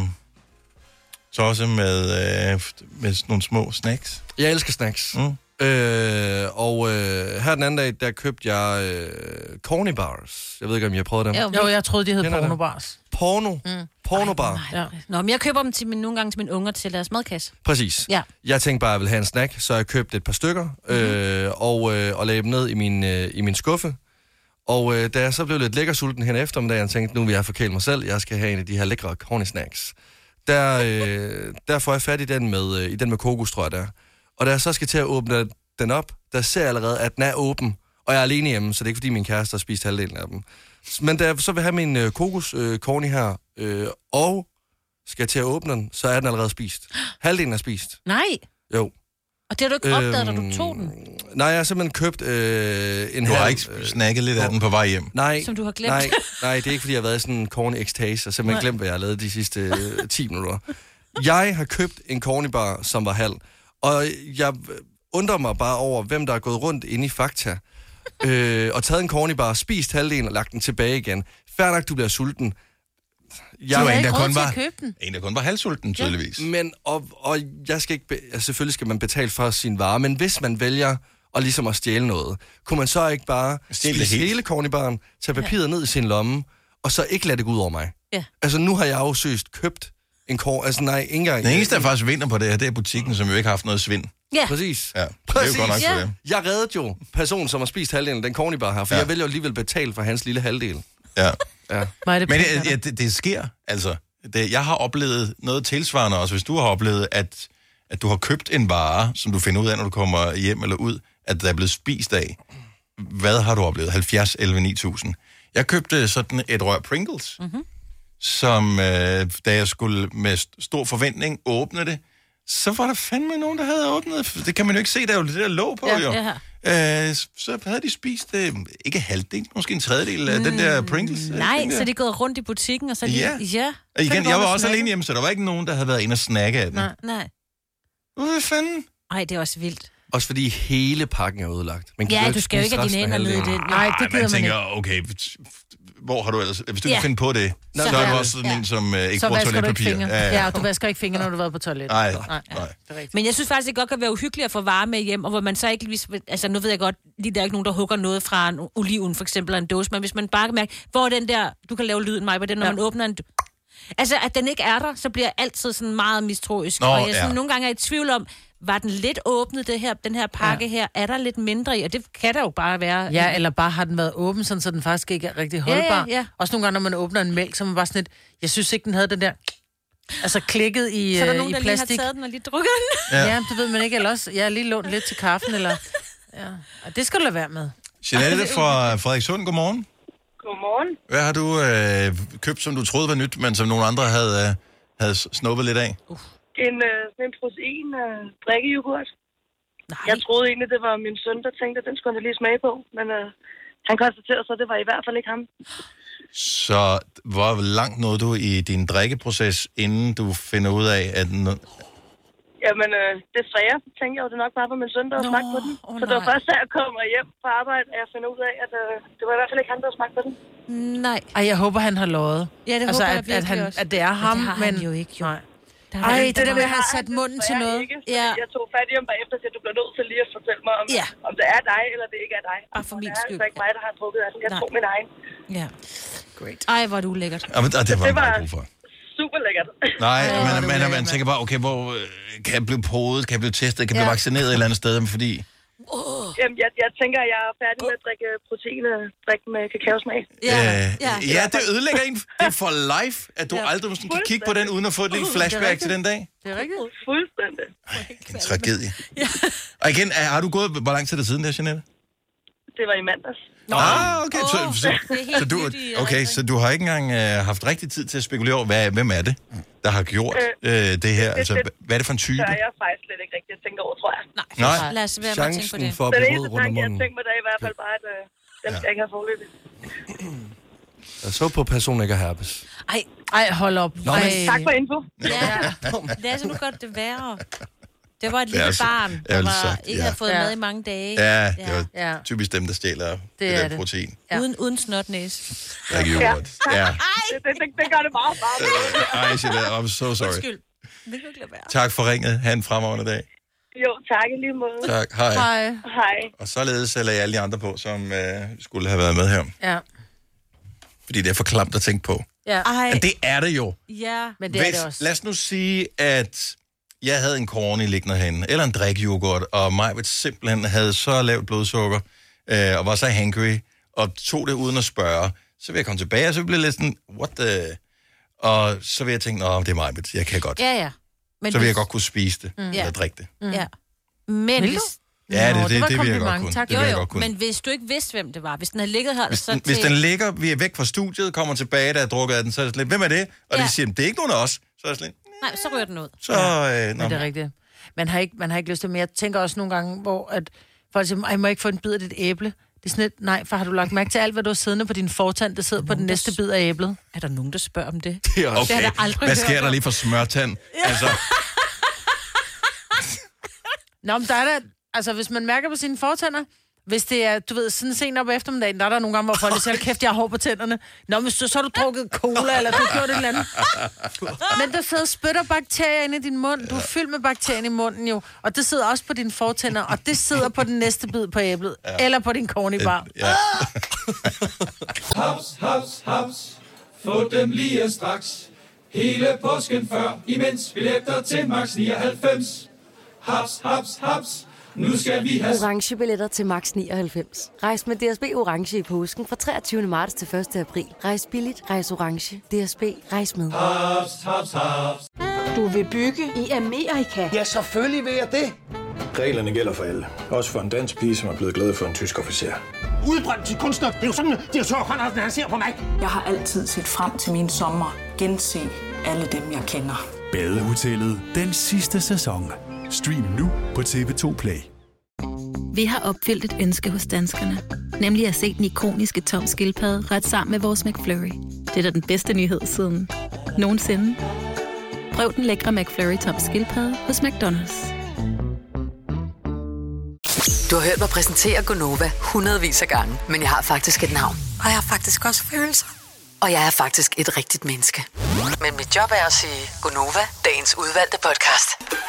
så også med, øh, med sådan nogle små snacks. Jeg elsker snacks. Mm. Øh, og øh, her den anden dag, der købte jeg øh, corny bars. Jeg ved ikke, om I har prøvet dem. Jo, jo jeg troede, de hed Kender porno det? bars. Porno? Mm. Pornobar. Ja. Nå, men jeg køber dem til min, nogle gange til mine unger til deres madkasse. Præcis. Ja. Jeg tænkte bare, at jeg ville have en snack, så jeg købte et par stykker, mm-hmm. øh, og, øh, og lagde dem ned i min, øh, i min skuffe. Og øh, da jeg så blev lidt lækker sulten hen eftermiddagen, tænkte nu vil jeg forkæle mig selv, jeg skal have en af de her lækre corny snacks. Der, øh, der får jeg fat i den med, øh, i den med kokos, tror jeg der. Og da jeg så skal til at åbne den op, der ser jeg allerede, at den er åben, og jeg er alene hjemme, så det er ikke fordi min kæreste har spist halvdelen af dem. Men da jeg så vil have min øh, kokos øh, corny her, øh, og skal til at åbne den, så er den allerede spist. Halvdelen er spist. Nej. Jo. Og det har du ikke opdaget, øhm, da du tog den? Nej, jeg har simpelthen købt øh, en Du har halv, ikke snakket lidt af den på vej hjem? Nej, som du har glemt. nej, nej, det er ikke, fordi jeg har været i sådan en corny ekstase, og simpelthen glemt, hvad jeg har lavet de sidste øh, ti minutter. Jeg har købt en corny bar, som var halv, og jeg undrer mig bare over, hvem der er gået rundt inde i Fakta, øh, og taget en corny bar, spist halvdelen og lagt den tilbage igen. Fair nok, du bliver sulten. Jeg var en, der kun var, en, der kun var halvsulten, tydeligvis. Ja, men, og, og jeg skal ikke, be, altså, selvfølgelig skal man betale for sin vare, men hvis man vælger at ligesom at stjæle noget, kunne man så ikke bare stjæle hele cornybaren, tage papiret ja. ned i sin lomme, og så ikke lade det gå ud over mig? Ja. Altså, nu har jeg jo søst købt en corn, altså nej, ikke engang. Den eneste, der faktisk vinder på det her, det er butikken, som jo ikke har haft noget svind. Ja. Præcis. Ja, Præcis. det er jo godt nok for ja. dem. Jeg reddede jo personen, som har spist halvdelen af den cornybar her, for ja. jeg vælger jo alligevel betale for hans lille halvdel. Ja. Ja. Men det, ja, det, det sker, altså. Det, jeg har oplevet noget tilsvarende også, hvis du har oplevet, at, at du har købt en vare, som du finder ud af, når du kommer hjem eller ud, at der er blevet spist af. Hvad har du oplevet? halvfjerds elleve ni tusind. Jeg købte sådan et rør Pringles, mm-hmm. som øh, da jeg skulle med stor forventning åbne det, så var der fandme nogen, der havde åbnet. Det kan man jo ikke se, der er jo det der låg på, ja, jo. Ja. Øh, så havde de spist, øh, ikke halvdelen, måske en tredjedel af mm, den der Pringles. Nej, der. så er de gået rundt i butikken, og så lige, ja. ja. Og igen, jeg var også alene hjemme, så der var ikke nogen, der havde været inde og snakke af den. Nej. Nej. Hvad fanden? Ej, det er også vildt. Også fordi hele pakken er ødelagt. Man ja, du skal jo ikke have dine hænder ned i den. Nej, det gider man tænker, okay, hvor har du ellers... Hvis du ja. kan finde på det, så, så er du også sådan ja. en, som uh, ikke så bruger toiletpapir. Ja, ja. ja, og du vasker ikke fingre, når du har været på toilettet. Nej, nej. nej. Men jeg synes faktisk, det godt kan være uhyggeligt at få varer med hjem, og hvor man så ikke... Altså, nu ved jeg godt, lige der er ikke nogen, der hugger noget fra en oliven, for eksempel, en dåse, men hvis man bare kan mærke, hvor er den der... Du kan lave lyden, mig på den, når ja. man åbner en... Altså, at den ikke er der, så bliver jeg altid sådan meget mistroisk. Nå, og jeg sådan, ja. nogle gange er i tvivl om, var den lidt åbnet, det her, den her pakke ja. her? Er der lidt mindre i? Og det kan der jo bare være. Ja, eller bare har den været åben, sådan, så den faktisk ikke er rigtig holdbar. Ja, ja, ja. Også nogle gange, når man åbner en mælk, så er man bare sådan lidt, jeg synes ikke, den havde den der, altså klikket i, så er der øh, nogen, i der plastik. lige har taget den og lige drukket den. Ja. ja, det ved man ikke. Eller også, jeg har lige lånt lidt til kaffen, eller... Ja. Og det skal du lade være med. Jeanette fra Frederikssund, godmorgen. Godmorgen. Hvad har du øh, købt, som du troede var nyt, men som nogle andre havde, øh, havde snuppet lidt af? Uh. en, øh, sådan en protein øh, drikkejoghurt. Jeg troede egentlig, det var min søn, der tænkte, at den skulle han da lige smage på. Men øh, han konstaterede så, at det var i hvert fald ikke ham. Så hvor langt nåede du i din drikkeproces, inden du finder ud af, at... No- Jamen, øh, desværre tænkte jeg jo, det nok bare var min søn, der havde smagt på den. Oh, så det var først, da jeg kommer hjem fra arbejde, at jeg finder ud af, at øh, det var i hvert fald ikke han, der havde smagt på den. Nej. Ej, jeg håber, han har løjet. Ja, det altså, håber jeg at, virkelig at, han, også. at det er ham, men... Det har men... han jo ikke, jo. Nej. Ej, det der med at have har sat han munden til desværre noget. Ikke, ja. Jeg tog fat i ham bagefter, så du bliver nødt til lige at fortælle mig, om, ja. om det er dig, eller det ikke er dig. Bare for min skyld. Det er skyld. altså ikke mig, der har drukket af den. Jeg Nej. tog min egen. Ja. Great. Ej, hvor er du lækkert. Ja, men, det var det var brug for. super lækkert. Nej, ja, man, man, man, man tænker bare, okay, hvor øh, kan jeg blive podet, kan jeg blive testet, kan jeg blive Ja. vaccineret et eller andet sted, fordi... Oh. Jamen, jeg, jeg tænker, at jeg er færdig med at drikke proteinedrik med kakaosmag. Ja, øh, ja. ja, det ødelægger en. Det er for life, at du ja. aldrig måske kan kigge på den, uden at få et lille flashback til den dag. Det er rigtigt. Fuldstændig. En tragedie. Ja. Og igen, er, har du gået... Hvor lang tid er det siden, der, Jeanette? Det var i mandags. Ah, okay. Så, så, så, du, okay, så du har ikke engang øh, haft rigtig tid til at spekulere over, hvad, hvem er det, der har gjort øh, det her? Altså, hvad er det for en type? Det er jeg faktisk slet ikke rigtig at tænke over, tror jeg. Nej, Nej. lad os være med at tænke på det. for at Den blive eneste rød rundt om tanke, jeg munden. tænker med det er i hvert fald bare, at øh, den skal jeg ikke have forløbet. Jeg så på, at personen ikke har herpes. Ej, ej, hold op. Nå, Ej. men- Tak for info. Ja, lad os nu godt det være. Det var et Det er lille så- barn, der ærligt var, sagt, ikke ja. havde fået Ja. mad i mange dage. Ja, det var Ja. typisk dem, der stjæler det, det er der det. protein. Ja. Uden, uden snotnæse. Ikke yoghurt. Ja. Det, det, det, det gør det meget bare. Ej, Jeanette, I'm so sorry. Undskyld. Vil du ikke lade være? Tak for ringet. Ha' en fremragende dag. Jo, tak i lige måde. Tak. Hej. Hej. Hej. Og således lagde jeg alle de andre på, som øh, skulle have været med her. Ja. Fordi det er for klamt at tænke på. Ja. Ej, Men det er det jo. ja. Men det er Hvis, det også. lad os nu sige, at jeg havde en corny liggende herinde, eller en drikyoghurt, og mig simpelthen havde så lavt blodsukker, øh, og var så hangry, og tog det uden at spørge, så vil jeg komme tilbage, og så bliver jeg lidt sådan, what the... Og så vil jeg tænke, nå, det er mig, jeg kan godt. Ja, ja. Men Så vil jeg hvis- godt kunne spise det, Mm. eller Ja. drikke det. Mm. Ja. Men Vil hvis... du? Ja, det, Nå, det, det var det, vil jeg godt kompliment. kunne. Tak. Det Jo, vil jeg jo, godt kunne. men hvis du ikke vidste, hvem det var, hvis den havde ligget her, Hvis så den, til... hvis den ligger, vi er væk fra studiet, kommer tilbage, der er drukket af den, så er det sådan lidt, hvem er det? Og Ja. de siger, det er ikke nogen af os. Så er det sådan lidt, Nej, så ryger den ud. så... Ja, Øh, nå. Men det er rigtigt. Man har ikke, man har ikke lyst til, men jeg tænker også nogle gange, hvor at folk siger, jeg må ikke få en bid af dit æble. Det er sådan lidt, nej, for har du lagt mærke til alt, hvad du har siddende på din fortand, der sidder på den næste bid af æblet? Er der nogen, der spørger om det? Det er også... Det har Okay, jeg aldrig hvad hørt sker der om. lige for smørtand? Altså, Nå, men der er der, altså hvis man mærker på sine fortænder, hvis det er, du ved, sådan sent op eftermiddagen, der er der nogle gange, hvor folk siger, kæft, jeg har hår på tænderne. Nå, men så, så har du drukket cola, eller du har gjort et eller andet. Men der sidder spytter bakterier inde i din mund. Du er fyldt med bakterier i munden jo. Og det sidder også på dine fortænder, og det sidder på den næste bid på æblet. Ja. Eller på din cornybar. ja. Haps, haps, haps. Få dem lige straks. Hele påsken før, imens billetter til max nioghalvfems. Haps, haps, haps. Nu skal vi have... Orange billetter til max nioghalvfems. Rejs med D S B Orange i påsken fra treogtyvende marts til første april. Rejs billigt, rejs orange. D S B, rejs med. Haps, haps, haps. Du vil bygge i Amerika? Ja, selvfølgelig vil jeg det. Reglerne gælder for alle. Også for en dansk pige, som er blevet glad for en tysk officer. Udbrændt til kunstner. Det er jo sådan, at de har tørt, han ser på mig. Jeg har altid set frem til min sommer. Gense alle dem, jeg kender. Badehotellet den sidste sæson. Stream nu på T V to Play. Vi har opfyldt et ønske hos danskerne. Nemlig at se den ikoniske Tom Skildpadde ret sammen med vores McFlurry. Det er da den bedste nyhed siden nogensinde. Prøv den lækre McFlurry Tom Skildpadde hos McDonald's. Du har hørt mig præsentere Gonova hundredvis af gange, men jeg har faktisk et navn. Og jeg har faktisk også følelser. Og jeg er faktisk et rigtigt menneske. Men mit job er at sige Gonova, dagens udvalgte podcast.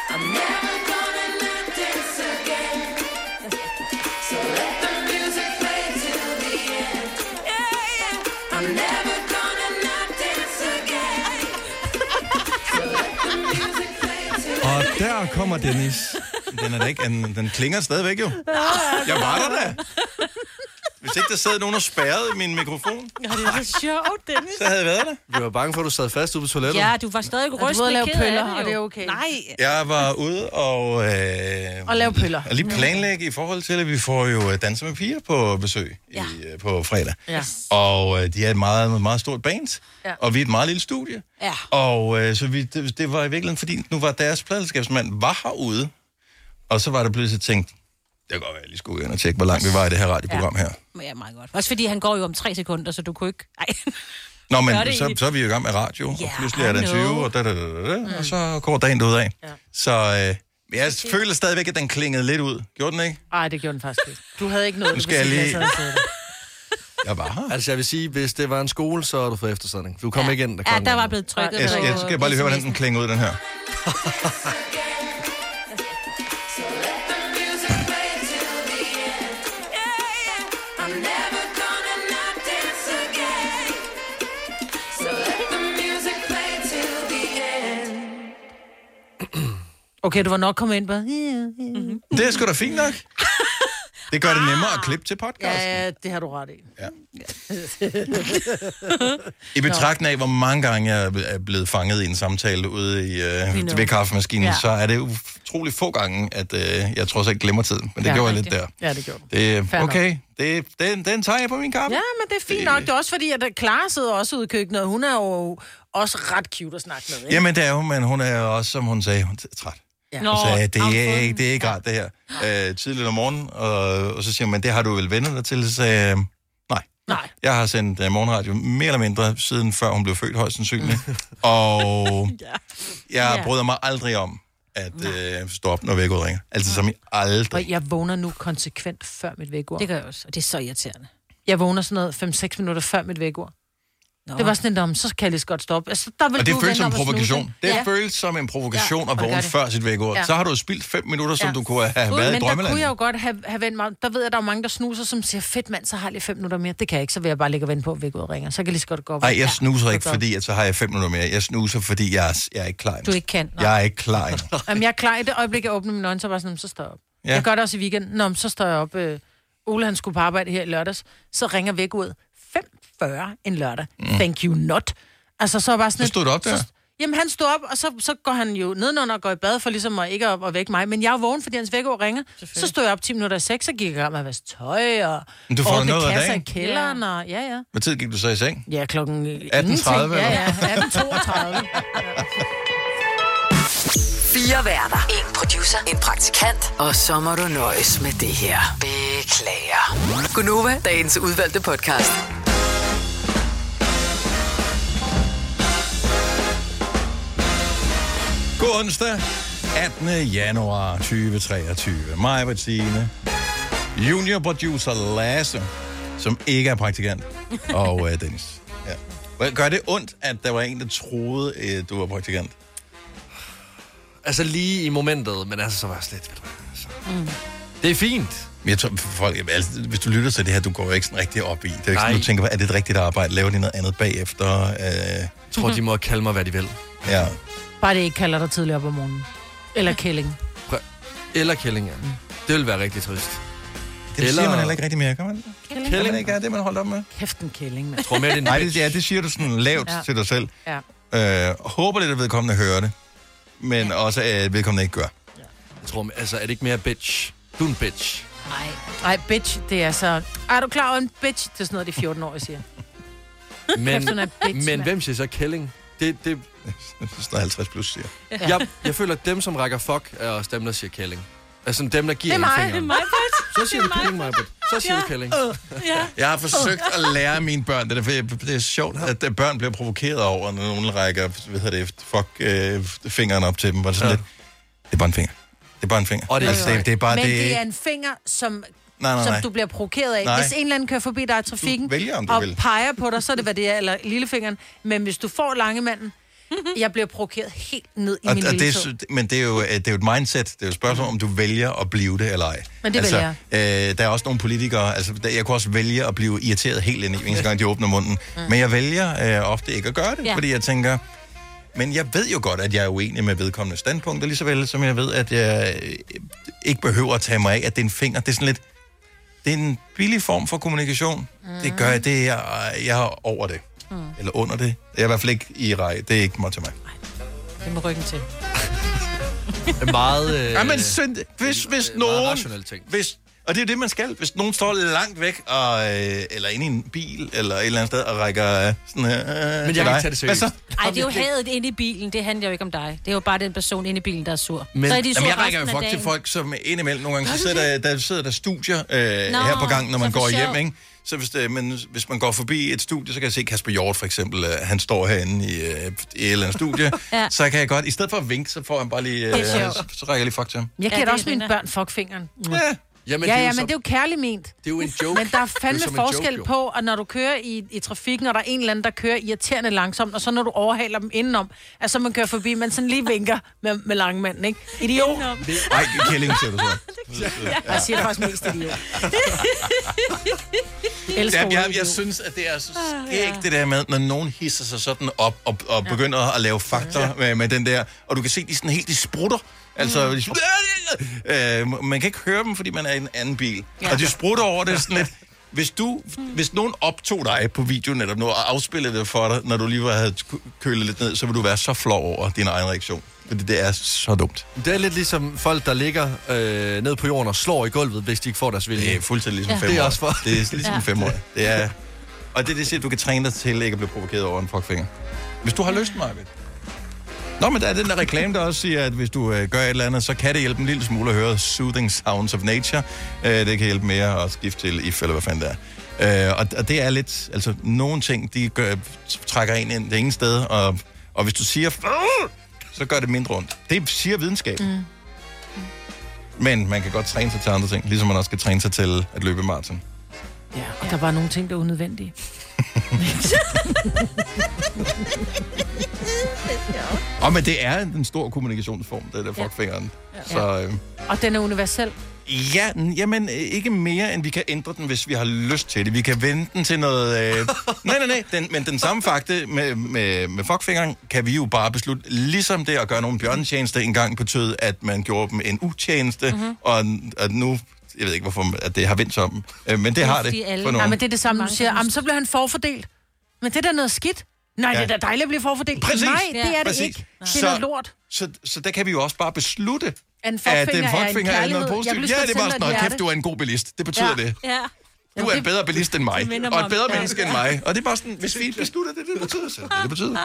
Og der kommer Dennis. Den er da ikke, den, den klinger stadigvæk jo. Jeg var der da. Hvis ikke der sad nogen og spærrede min mikrofon, Ja, det er så sjovt, Dennis. så havde jeg været der. Vi var bange for, at du sad fast ude på toilettet. Ja, du var stadig Og du rystende ved at lave ked af pøller, det, og jo. det er okay. Nej. Jeg var ude og... Øh, Og lave pøller. Og lige planlægge i forhold til, at vi får jo øh, Danser med Piger på besøg ja. i, øh, på fredag. Ja. Og øh, de er et meget, meget stort band, Ja. og vi er et meget lille studie. Ja. Og øh, så vi, det, det var i virkeligheden, fordi nu var deres pladelskabsmand var herude, og så var der pludselig tænkt, det kan godt være, jeg lige skulle ind og tjekke, hvor langt vi var i det her radioprogram her. Ja, meget godt. Også fordi han går jo om tre sekunder, så du kunne ikke... Ej. Nå, men Gør så, det i- så er vi jo i gang med radio, Ja, og pludselig er der I en know. tyve, og, da, da, da, da, da, mm. og så går dagen derudad. Ja. Så øh, jeg føler stadigvæk, at den klingede lidt ud. Gjorde den ikke? Nej, det gjorde den faktisk ikke. Du havde ikke noget, Nu skal jeg lige- lige... Jeg var her. Altså, jeg vil sige, hvis det var en skole, så er du fået eftersætning. Du kom Ja. ikke ind, der Ja, kom der ind. var blevet trykket Jeg, jeg, jeg skal bare lige høre, hvordan den klinger ud, den her. Okay, du var nok kommet ind på... Mm-hmm. Det er sgu da fint nok. Det gør det nemmere at klippe til podcasten. Ja, det har du ret i. Ja. I betragtning af, hvor mange gange jeg er blevet fanget i en samtale ude i, øh, ved kaffemaskinen, Ja. ja. så er det utrolig få gange, at øh, jeg trods alt glemmer tiden. Men det Ja, gjorde jeg rigtigt. lidt der. Ja, det gjorde du. Det, Fair okay, det, den, den tager jeg på min kaffe. Ja, men det er fint nok. Det er også fordi, at Clara sidder også ude i køkkenet, og hun er jo også ret cute at snakke med, ikke? Jamen, det er hun, men hun er også, som hun sagde, hun er træt. Ja. Hun sagde, det er ikke, det er ikke rart, det her. Øh, tidligt om morgenen, og, og så siger man, det har du vel vendt dig til, så sagde jeg, nej. Nej. Jeg har sendt uh, morgenradio mere eller mindre, siden før hun blev født, højst sandsynligt. Og jeg Ja. bryder mig aldrig om at uh, stå op, når vækkeordet ringer. Altså som i aldrig. Og jeg vågner nu konsekvent før mit vækord. Det gør jeg også, og det er så irriterende. Jeg vågner sådan noget fem seks minutter før mit vækord. Nå. Det var sådan en om, så kan jeg lige så godt stoppe. Altså, der vil Og det du føles vende som en op og provokation. snuse. Det Ja. føles som en provokation Ja, at og vågne gør det. før sit vækord. Ja. Så har du spildt fem minutter, som Ja. du kunne have Gud, været i men der drømmeland. kunne jeg jo godt have, have vendt mig. Der ved jeg, at der er mange, der snuser, som siger, fedt mand, så har jeg lige fem minutter mere. Det kan jeg ikke, så vil jeg bare ligge og vente på, at vækkeordet ringer. Så kan jeg lige så godt gå op. Nej, jeg snuser ikke, så godt. fordi at så har jeg fem minutter mere. Jeg snuser, fordi jeg er, jeg er ikke klar endnu. Du ikke kan. Nå. Jeg er ikke klar endnu. Jamen, jeg er klar i det øjeblik, jeg åbner mine øjne, så bare sådan, så står jeg op. Ja. Ja. Jeg gør det også i weekenden. Nå, men så står jeg op. Øh, Ole, han skulle på arbejde her i lørdags. Så ringer vækkeordet fem fyrre en lørdag. Mm. Thank you not. Altså, så er bare sådan Så stod du op der? Så, jamen, han stod op, og så, så går han jo nedenunder og går i bad for ligesom at ikke op og vække mig. Men jeg er vågen, fordi hans vækkeord ringer. Så stod jeg op ti minutter i seks, så gik jeg i gang med at vaske tøj og Men du får ordne noget af kasser i dagen. kælderen. Og, ja, ja. Hvad tid gik du så i seng? Ja, klokken atten tredive, Ja, eller? ja, atten toogtredive. Fire værter. En producer. En praktikant. Og så må du nøjes med det her. Beklager. Gunova, dagens udvalgte podcast. God onsdag, attende januar tyve treogtyve. Mig, Bettine, junior producer Lasse, som ikke er praktikant, og uh, Dennis. Ja. Hvad- Gør det ondt, at der var en, der troede, at du var praktikant? Altså lige i momentet, men altså så var jeg slet... ved du hvad, Altså. Mm. Det er fint. Men Jeg tror, folk, altså, hvis du lytter til det her, du går jo ikke sådan rigtig op i. Det er jo ikke sådan, Nej. du tænker på, er det et rigtigt arbejde? Laver de noget andet bagefter? Øh, Jeg tror, de må kalde mig, hvad de vil. ja. Bare det ikke kalder dig tidligere op om morgenen. Eller kælling. Prøv. Eller kælling, ja. Det vil være rigtig trist. Det Eller... siger man heller ikke rigtig mere, kan man? Kælling. Kan man ikke have det, man holdt op med? Kæft en kælling, mand. Jeg tror mere, det er en Nej, det, bitch. ja, det siger du sådan lavt Ja. ja. til dig selv. Ja. Øh, håber lidt, at vedkommende hører det. Men ja. også, at vedkommende ikke gør. Jeg tror, altså, er det ikke mere bitch? Du er en bitch. Nej. Nej, bitch, det er så... Er du klar over en bitch? Det er sådan noget, de fjorten-årige siger. Men, Kæft, hun er bitch, men mand. hvem siger så kælling? Det, det, Sådan noget halvtreds plus siger. Ja. jeg, jeg føler, at dem, som rækker fuck, er også dem, der siger kælling. Altså dem, der giver Det er mig, en det er finger. mig, bitch. Så siger du kælling, Majbert. Så siger Ja. du kælling. Ja. Jeg har forsøgt at lære mine børn, det er, derfor, det er sjovt, at børn bliver provokeret over, når nogen rækker hvad hedder det, fuck, øh, fingeren op til dem. Var det, sådan Ja. lidt, det er bare en finger. Det er bare en finger. Og det er- altså, det, det er bare Men det, det er en finger, som, nej, nej, som nej. du bliver provokeret af. Nej. Hvis en eller anden kører forbi dig i trafikken Du vælger, om du og vil. peger på dig, så er det, hvad det er, eller lillefingeren. Men hvis du får langemanden, jeg bliver provokeret helt ned i Og, min og lille det, tå. er- men det er, jo, det er jo et mindset. Det er jo et spørgsmål, om du vælger at blive det eller ej. Men det altså, vælger øh, der er også nogle politikere, altså der, jeg kunne også vælge at blive irriteret helt ind i, hver eneste gang de åbner munden. Mm. Men jeg vælger øh, ofte ikke at gøre det, Ja. ja. fordi jeg tænker, men jeg ved jo godt, at jeg er uenig med vedkommende standpunkter, lige så vel som jeg ved, at jeg øh, ikke behøver at tage mig af, at det er en finger. Det er sådan lidt, det er en billig form for kommunikation. Mm. Det gør jeg, det er jeg, jeg er over det. Mm. Eller under det. Jeg er i hvert fald ikke i rej. Det er ikke meget til mig. Det må ryggen til. Det er meget... Øh, ja, men synd, hvis, hvis nogen... Hvis, og det er det, man skal. Hvis nogen står langt væk, og, øh, eller inde i en bil, eller et eller andet sted, og rækker øh, sådan her... Øh, men jeg kan ikke tage det seriøst. Ej, det er jo hadet inde i bilen. Det handler jo ikke om dig. Det er jo bare den person inde i bilen, der er sur. Men, så er de sur. Jamen, jeg rækker jo folk til folk, som indimellem nogle gange, så sidder der, der sidder der studier øh, her på gang, når man går hjem, ikke? Så hvis, det, men hvis man går forbi et studie, så kan jeg se Kasper Hjort for eksempel, øh, han står herinde i, øh, i et eller andet studie, ja. Så kan jeg godt, i stedet for at vinke, så får han bare lige, øh, så, så rækker jeg lige fuck til ham. Jeg giver ja, også mine børn fuckfingeren. Ja. Jamen, ja, ja, men det er jo kærligt ment. Det er jo en joke. Men der er fandme er forskel joke, på, at når du kører i, i trafikken, og der er en eller anden, der kører irriterende langsomt, og så når du overhaler dem indenom, at så man kører forbi, man sådan lige vinker med, med langmanden, ikke? Idiot. Nej, kælling siger du så. Ja. Jeg siger faktisk mest idiot. Jeg, jeg, jeg, jeg synes, at det er så skægt, det der med, når nogen hisser sig sådan op og, og ja. begynder at lave fakter med, med den der, og du kan se, de sådan helt, de sprutter. Altså, mm. de, øh, man kan ikke høre dem, fordi man er i en anden bil. Ja. Og de sprutter over det sådan lidt. Hvis, du, hvis nogen optog dig på video netop nu, og afspillede det for dig, når du lige var, havde kølet lidt ned, så vil du være så flov over din egen reaktion. Fordi det er så dumt. Det er lidt ligesom folk, der ligger øh, ned på jorden og slår i gulvet, hvis de ikke får deres vilje. Det er fuldstændig ligesom ja. fem år. Det er også for... Det er ligesom ja. fem år. Det er... Og det er det, siger, du kan træne dig til ikke at blive provokeret over en fuckfinger. Hvis du har lyst, Marvind. Nå, men der er den der reklame, der også siger, at hvis du øh, gør et eller andet, så kan det hjælpe en lille smule at høre Soothing Sounds of Nature. Øh, det kan hjælpe mere at skifte til if, eller hvad fanden det er. Øh, og, og det er lidt... Altså, nogle ting, de gør, trækker en ind det ingen sted, og, og hvis du siger... så gør det mindre ondt. Det siger videnskab. Mm. Men man kan godt træne sig til andre ting, ligesom man også skal træne sig til at løbe maraton. Ja, og ja. Der var nogle ting, der er unødvendige. Og men det er en stor kommunikationsform, det der fuckfingeren. Ja. Så, øh... Og den er universel. Ja, jamen ikke mere, end vi kan ændre den, hvis vi har lyst til det. Vi kan vende den til noget... Øh... nej, nej, nej, den, men den samme fakte med, med, med fuckfingeren kan vi jo bare beslutte, ligesom det at gøre nogle bjørnetjenester engang betød, at man gjorde dem en utjeneste, mm-hmm. og at nu... Jeg ved ikke, hvorfor at det har vendt sig om, øh, men det har det for nogen. Nej, men det er det samme, du siger. Jamen, så bliver han forfordelt. Men det er da noget skidt. Nej, ja. Det er da dejligt at blive forfordelt. Præcis. Nej, det er det Præcis. ikke. Det er noget lort. Så, så, så der kan vi jo også bare beslutte, en at den fuckfinger er, er noget positivt. Ja, det er bare sådan, at kæft, du er en god bilist. Det betyder ja. det. Ja. Du er en bedre bilist end mig, og et bedre menneske end mig. Og det er bare sådan, hvis vi beslutter det, det betyder så. Det betyder.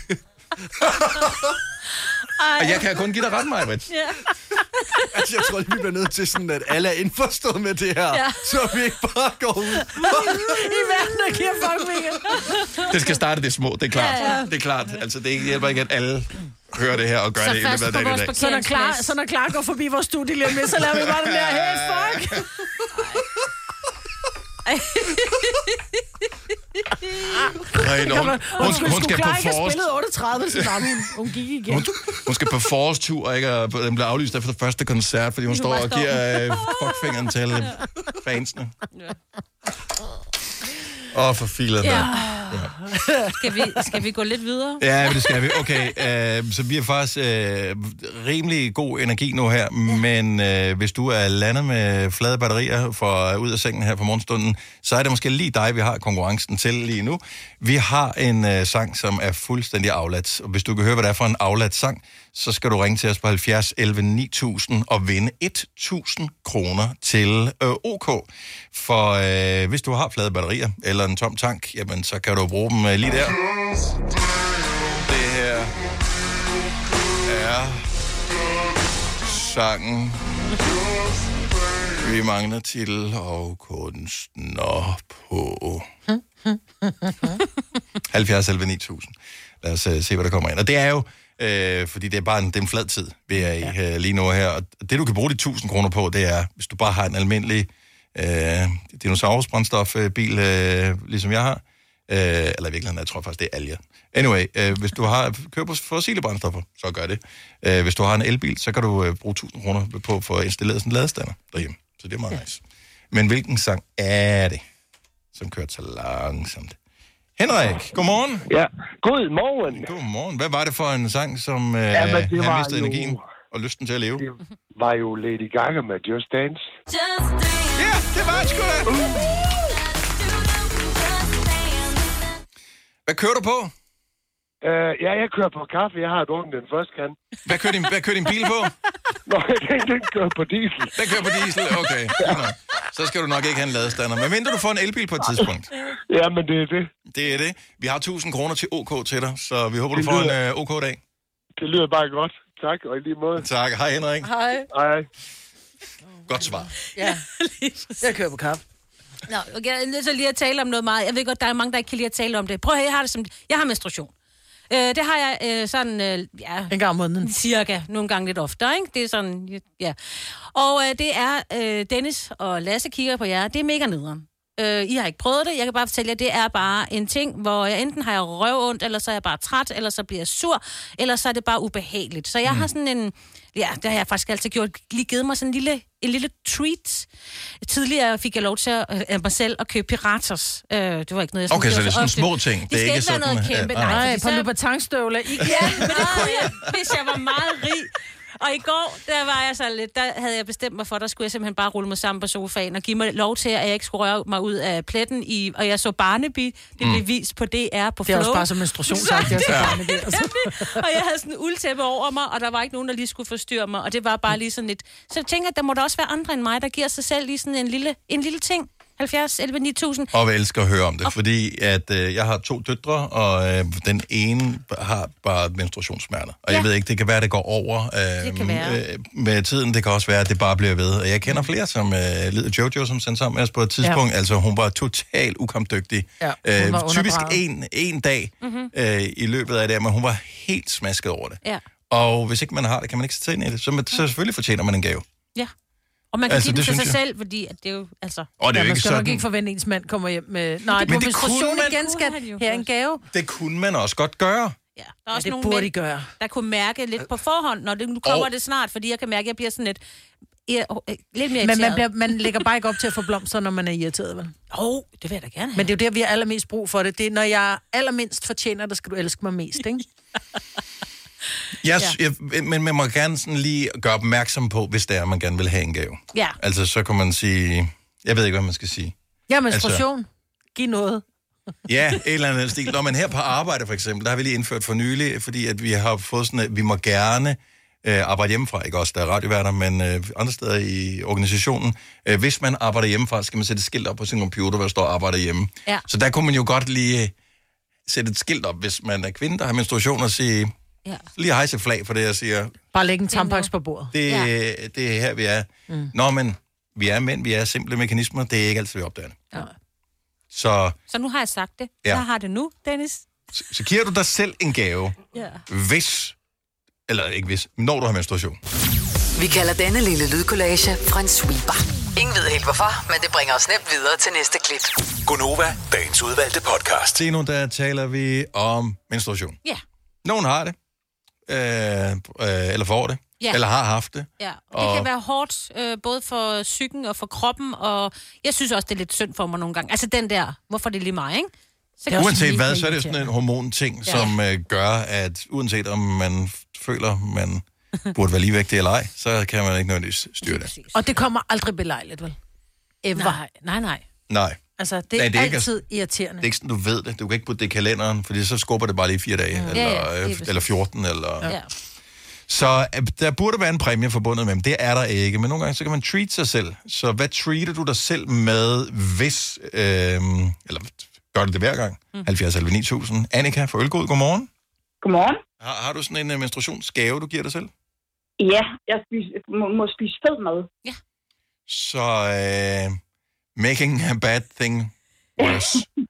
Og jeg kan kun give dig ret, Maja-Britt. Ja. Altså, jeg tror, vi bliver nødt til sådan, at alle er indforstået med det her, ja. Så vi ikke bare går ud. I verden, der giver fuckfinger. Det skal starte det små, det er klart. Ja, ja. Det er klart. Altså, det hjælper ikke, at alle hører det her og gør så det i løbet af dagen i dag. Så når Clara, så når Clara går forbi vores studie lige med, så laver vi bare den der, hey, fuck! Nej, no. hun, hun, hun, hun skal på forrest. otteogtredive, så hun, hun gik igen. Hun, hun skal på forårstur, ikke? Og den bliver aflyst efter første koncert, fordi hun står og giver uh, fuckfingeren til ja. fansene. Åh, ja. oh, for filer ja. ja. Skal vi, skal vi gå lidt videre? Ja, det skal vi. Okay, uh, så vi har faktisk uh, rimelig god energi nu her, ja. men uh, hvis du er landet med flade batterier for ud af sengen her på morgenstunden, så er det måske lige dig, vi har konkurrencen til lige nu. Vi har en uh, sang, som er fuldstændig afladt, og hvis du kan høre, hvad det er for en afladt sang, så skal du ringe til os på halvfjerds elleve ni tusind og vinde tusind kroner til øh, OK. For øh, hvis du har flade batterier eller en tom tank, jamen så kan du bruge dem øh, lige der. Det her er sangen. Vi mangler titel og kunstner på halvfjerds elleve ni tusind. Lad os uh, se, hvad der kommer ind. Og det er jo Øh, fordi det er bare en, det er en flad tid, vi er i ja. øh, lige nu her. Og det, du kan bruge de tusind kroner på, det er, hvis du bare har en almindelig øh, dinosaurusbrændstofbil, øh, ligesom jeg har. Øh, eller i virkeligheden, jeg tror faktisk, det er alger. Anyway, øh, hvis du har køber fossile brændstoffer, så gør det. Øh, hvis du har en elbil, så kan du øh, bruge tusind kroner på for at installere sådan en ladestander derhjemme. Så det er meget ja. nice. Men hvilken sang er det, som kører så langsomt? Henrik, godmorgen. Ja, godmorgen. Godmorgen. Hvad var det for en sang, som øh, ja, han mistede energien? og lysten til at leve. Det var jo Lady Gaga med Just Dance. Ja, det var det sgu da. Hvad kører du på? Uh, ja, jeg kører på kaffe. Jeg har drukket den første kan. Hvad kører din, hvad kører din bil på? Nå, den, den kører på diesel. Den kører på diesel, okay. Ja. Så skal du nok ikke have en ladestander. Men mindre du får en elbil på et tidspunkt. Ja, men det er det. Det er det. Vi har tusind kroner til OK til dig, så vi håber, du får en uh, OK-dag. Det lyder bare godt. Tak, og i lige måde. Tak. Hej, Henrik. Hej. Hej. Godt svar. Ja, jeg kører på kaffe. Nå, okay, jeg er nødt til lige at tale om noget meget. Jeg ved godt, der er mange, der ikke kan lide at tale om det. Prøv at høre, jeg har det som... Jeg har menstruation. Øh, det har jeg øh, sådan... Øh, ja, en gang om måneden. Cirka. Nogle gange lidt oftere, ikke? Det er sådan... Ja. Og øh, det er... Øh, Dennis og Lasse kigger på jer. Det er mega nederen. Øh, I har ikke prøvet det. Jeg kan bare fortælle jer, det er bare en ting, hvor jeg enten har jeg røvondt, eller så er jeg bare træt, eller så bliver jeg sur, eller så er det bare ubehageligt. Så jeg mm. har sådan en... Ja, det har jeg faktisk altid gjort. Lige givet mig sådan en lille, en lille treat. Tidligere fik jeg lov til at, øh, mig selv at købe Piratos. Øh, det var ikke noget, jeg okay, så det er sådan ofte. Små ting. Det, det er ikke sådan... Det skal ikke være noget kæmpe. Ja, nej, nej, på Louboutin-støvler. Ja, men det kunne jeg, hvis jeg var meget rig. Og i går, der var jeg så lidt, der havde jeg bestemt mig for, der skulle jeg simpelthen bare rulle mig sammen på sofaen og give mig lov til, at jeg ikke skulle røre mig ud af pletten i, og jeg så Barnaby, det blev mm. vist på D R på Flow. Det er også bare som menstruationssagt, jeg så Barnaby. Altså. Og jeg havde sådan en uldtæppe over mig, og der var ikke nogen, der lige skulle forstyrre mig, og det var bare lige sådan lidt. Så jeg tænker, at der må der også være andre end mig, der giver sig selv lige sådan en lille, en lille ting. halvfjerds elleve ni tusind. Og jeg elsker at høre om det, fordi at, øh, jeg har to døtre, og øh, den ene har bare menstruationssmerter. Og ja. Jeg ved ikke, det kan være, at det går over øh, øh, med tiden. Det kan også være, at det bare bliver ved. Og jeg kender flere, som øh, lider Jojo, som sendte sammen med os på et tidspunkt. Ja. Altså, hun var totalt ukampdygtig. Ja, øh, typisk en, en dag mm-hmm. øh, i løbet af det, men hun var helt smasket over det. Ja. Og hvis ikke man har det, kan man ikke sætte ind i det. Så, man, så selvfølgelig fortjener man en gave. Ja. Og man kan altså, give det til sig jeg. selv, fordi at det er jo, altså... Og det er ja, jo man ikke skal sådan... nok ikke forvente, ens mand kommer hjem med... Nej, men det kunne man... igen skal her en gave. Det kunne man også godt gøre. Ja, der er også ja, det nogle burde mænd, de gøre. der kunne mærke lidt på forhånd, når det, nu kommer og... det snart, fordi jeg kan mærke, at jeg bliver sådan lidt, lidt mere irriteret. Men man, bliver, man lægger bare ikke op til at få blomster, når man er irriteret, vel? Åh, oh, det vil jeg da gerne have. Men det er jo der, vi har allermest brug for det. Det er, når jeg allermindst fortjener, der skal du elske mig mest, ikke? Yes, ja. jeg, men man må gerne sådan lige gøre opmærksom på, hvis det er, man gerne vil have en gave. Ja. Altså, så kan man sige... Jeg ved ikke, hvad man skal sige. Ja, menstruation. Altså, giv noget. Ja, et eller andet stil. Når man her på arbejde, for eksempel, der har vi lige indført for nylig, fordi at vi har fået sådan, at vi må gerne øh, arbejde hjemmefra. Ikke også, der er radioværter, men øh, andre steder i organisationen. Øh, hvis man arbejder hjemmefra, skal man sætte et skilt op på sin computer, hvor der står arbejder hjemme. Ja. Så der kunne man jo godt lige sætte et skilt op, hvis man er kvinde, der har menstruation, og sige... Ja. Lige hejse flag for det, jeg siger. Bare lægge en tampaks på bordet. Det, ja. det er her, vi er. Mm. Nå, men vi er mænd, vi er simple mekanismer. Det er ikke altid, vi opdager det. Ja. Så, så nu har jeg sagt det. Ja. Jeg har det nu, Dennis. Så, så giver du dig selv en gave, ja. hvis, eller ikke hvis, når du har menstruation. Vi kalder denne lille lydkollage en sweeper. Ingen ved helt hvorfor, men det bringer os nemt videre til næste klip. Gonova, dagens udvalgte podcast. Se nu, der taler vi om menstruation. Ja. Nogen har det, øh, øh, eller får det, ja. eller har haft det. Ja, og det og... kan være hårdt, øh, både for psyken og for kroppen, og jeg synes også, det er lidt synd for mig nogle gange. Altså den der, hvorfor det er lige mig, ikke? Så uanset hvad, så er det jo sådan en hormonting, ja. som øh, gør, at uanset om man føler, man burde være ligevægtig eller ej, så kan man ikke nødvendigvis styre det. Og det kommer aldrig belejligt, vel? Ever. Nej, nej, nej. Nej. Altså, det er, Nej, det er altid ikke, irriterende. Det er ikke sådan, du ved det. Du kan ikke putte det i kalenderen, fordi så skubber det bare lige fire dage, mm. eller, ja, ja, eller fjorten, eller... Ja. Så der burde være en præmie forbundet med dem. Det er der ikke, men nogle gange så kan man treat sig selv. Så hvad treater du dig selv med, hvis... Øh, eller gør det det hver gang? Mm. halvfjerds elleve ni tusind. Annika fra Ølgod, godmorgen. Godmorgen. Har, har du sådan en uh, menstruationsgave, du giver dig selv? Ja, jeg spiser, må, må spise fed mad. Ja. Så... Øh, making a bad thing worse.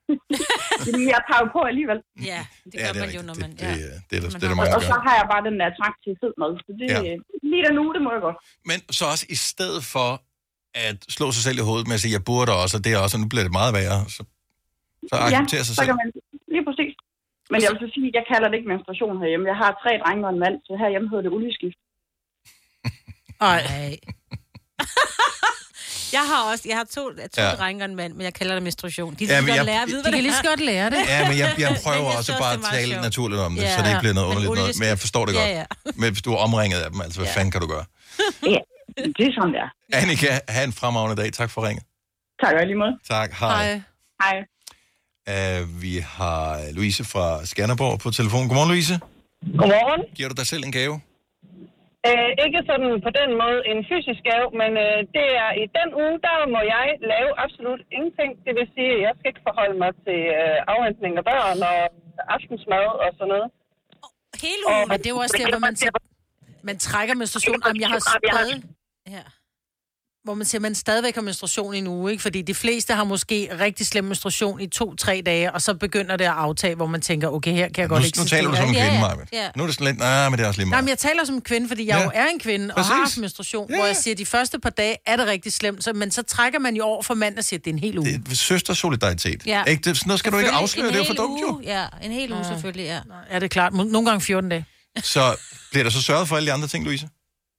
Jeg tager jo på alligevel. Ja, det gør ja, det man jo, når man... Det, det, det, det, det, det, det, det, og, og så har jeg bare den der trang til fed mad. Så det, ja. lige der nu, det må jeg godt. Men så også i stedet for at slå sig selv i hovedet med at sige, jeg burde også, og det er også, og nu bliver det meget værre, så, så accepterer ja, sig så selv. Kan man, lige præcis. Men jeg vil så sige, jeg kalder det ikke menstruation herhjemme. Jeg har tre drenge og en mand, så herhjemme hedder det olieskift. Ej. Jeg har også, jeg har to, to Ja. ja. drenge og en mand, men jeg kalder det menstruation. De, Ja, ja, men godt jeg- lære at vide, De hvad kan det lige så er. godt lære det. Ja, men jeg, jeg prøver Men jeg også synes bare også, at det er meget tale sjovt. naturligt om det, Ja. så det ikke bliver noget Men underligt noget. olieskift- Men jeg forstår det godt. Ja, ja. Men hvis du er omringet af dem, altså hvad fanden kan du gøre? Ja, det er sådan, der. Annika, have en fremragende dag. Tak for ringet. Tak og lige måde. Tak, hej. Hej. Uh, vi har Louise fra Skanderborg på telefon. Godmorgen, Louise. Godmorgen. Giver du dig selv en gave? Øh, ikke sådan på den måde en fysisk gave, men øh, det er i den uge, der må jeg lave absolut ingenting. Det vil sige, at jeg skal ikke forholde mig til øh, afhentning af børn og aftensmad og sådan noget. Hele ugen. Men det er jo også der, hvor man, man trækker menstruation. Jamen, jeg har stadig... Ja. Hvor man siger, man stadigvæk har menstruation i en uge, ikke? Fordi de fleste har måske rigtig slem menstruation i to-tre dage, og så begynder det at aftage, hvor man tænker, okay, her kan jeg Nu, godt nu eksistere. taler du som en kvinde, Ja, Maja. ja. Nu er det sådan lidt, nej, men det er også lige Nej, meget. men jeg taler som en kvinde, fordi jeg Ja. jo er en kvinde, og Præcis. har haft menstruation, hvor jeg siger, at de første par dage er det rigtig slemt, så, men så trækker man jo over for mand og siger, at det er en hel uge. Det er søstersolidaritet. Ja. Ikke? Det, sådan noget skal du ikke Selvfølgelig afsløre, en det er jo for hel dumt jo. uge. Ja, en hel uge selvfølgelig, ja. Ja, det er klart. Nogle gange fjorten dage. Så bliver der så sørget for alle de andre ting, Louise?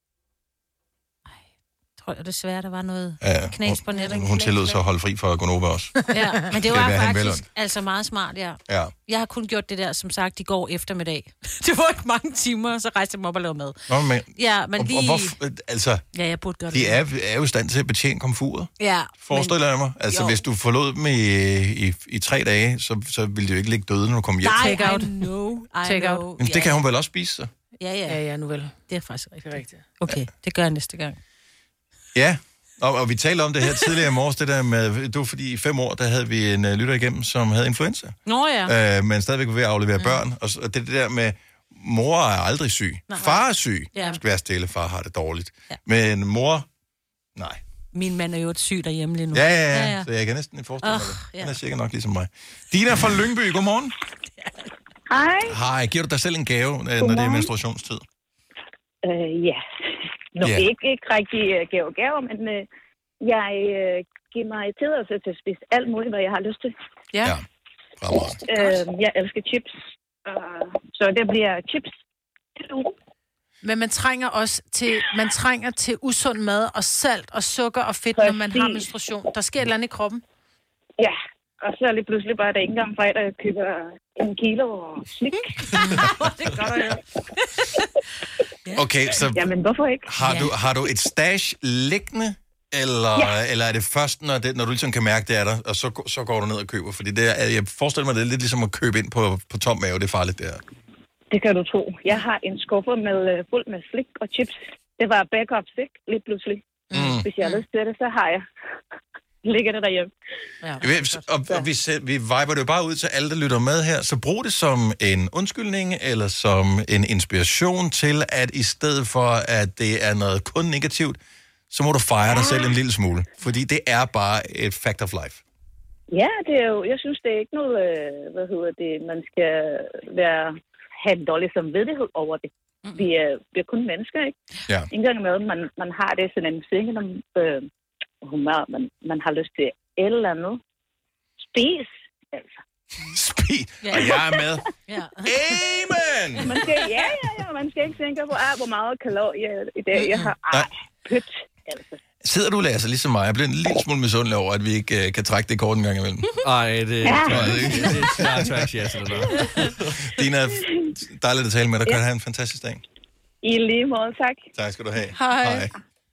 Jeg tror desværre, der var noget Ja, knas på nettet. Hun tillod sig at holde fri for Gonova også. Ja, men det Det var vil han vel faktisk altså meget smart, ja. Ja. Jeg har kun gjort det der, som sagt, i går eftermiddag. Det var ikke mange timer, så rejste jeg mig op og lavede mad. Nå, men, Ja, men og, lige... og hvorfor, altså, Ja, jeg burde gøre det. de er, er jo i stand til at betjene komfuret. Ja. Forestiller jeg mig. Altså, Jo. hvis du forlod dem i, i, i tre dage, så, så ville de jo ikke ligge døde, når du kom hjem. Nej, Take out. I know, I Take out. know. Men det kan hun vel også spise, så? Ja, ja. Ja, ja, nu vel. Det er faktisk rigtigt. rigtigt. Okay, det gør jeg næste gang. Ja, og, og vi talte om det her tidligere i morges, det der med, det var fordi i fem år, der havde vi en uh, lytter igennem, som havde influenza. Nå ja. Øh, men stadigvæk var ved at aflevere mm. børn. Og, så- og det, det der med, mor er aldrig syg. Nej. Far er syg. Ja. Skal være stille, far har det dårligt. Ja. Men mor, nej. Min mand er jo et syg derhjemme lige nu. Ja, ja, ja, så jeg kan næsten forestille mig Åh, det. ja. Han er cirka nok ligesom mig. Dina fra Lyngby, godmorgen. Hej. Hej, giver du dig selv en gave, øh, når det er Godmorgen. menstruationstid? Øh, ja. Nå, Ja. yeah. ikke, ikke rigtig uh, gave gaver, men uh, jeg uh, giver mig tilladelse til at spise alt muligt, hvad jeg har lyst til. Ja. Ja. Uh, jeg elsker chips, uh, så det bliver chips. Men man trænger også til, man trænger til usund mad og salt og sukker og fedt, når man har Præcis. menstruation. Der sker et eller andet i kroppen. Ja, og så lige pludselig bare, det er ikke engang fredag, jeg køber en kilo og slik. Det gør der jo. Okay, så Jamen, hvorfor ikke? har, du, har du et stash liggende, eller, Ja. eller er det først, når, det, når du ligesom kan mærke, det er der, og så, så går du ned og køber? Fordi det er, jeg forestiller mig, det er lidt ligesom at købe ind på, på tom mave. Det er farligt, det her. Det kan du tro. Jeg har en skuffe med uh, fuld med slik og chips. Det var backup slik, lige pludselig. Mm. Hvis jeg har lyst til det, så har jeg. Ligger det derhjemme. Ja. Og, og vi, sæt- vi viber det jo bare ud til alle, der lytter med her. Så brug det som en undskyldning, eller som en inspiration til, at i stedet for, at det er noget kun negativt, så må du fejre dig selv en lille smule. Fordi det er bare et fact of life. Ja, det er jo, jeg synes, det er ikke noget, øh, hvad hedder det, man skal være, have en dårlig samvittighed over det. Vi er, vi er kun mennesker, ikke? Ja. En gang imellem, man, man har det sådan en sengende øh, humør, man, man har lyst til et eller andet. Spis, altså. Spis, og jeg er med. Ja. Amen! Man skal, ja, ja, ja, man skal ikke tænke på, ah, hvor meget kalorier i dag jeg har. Ej, pyt, altså. Sidder du, Lasse, ligesom mig? Jeg bliver en lille smule misundelig over, at vi ikke uh, kan trække det kort en gang imellem. Ej, det Ja. tror jeg ikke. Det er klart trash, yes, eller noget. Dina, dejligt at tale med dig. Kan du have en fantastisk dag. I lige måde, tak. Tak skal du have. Hej. Hej.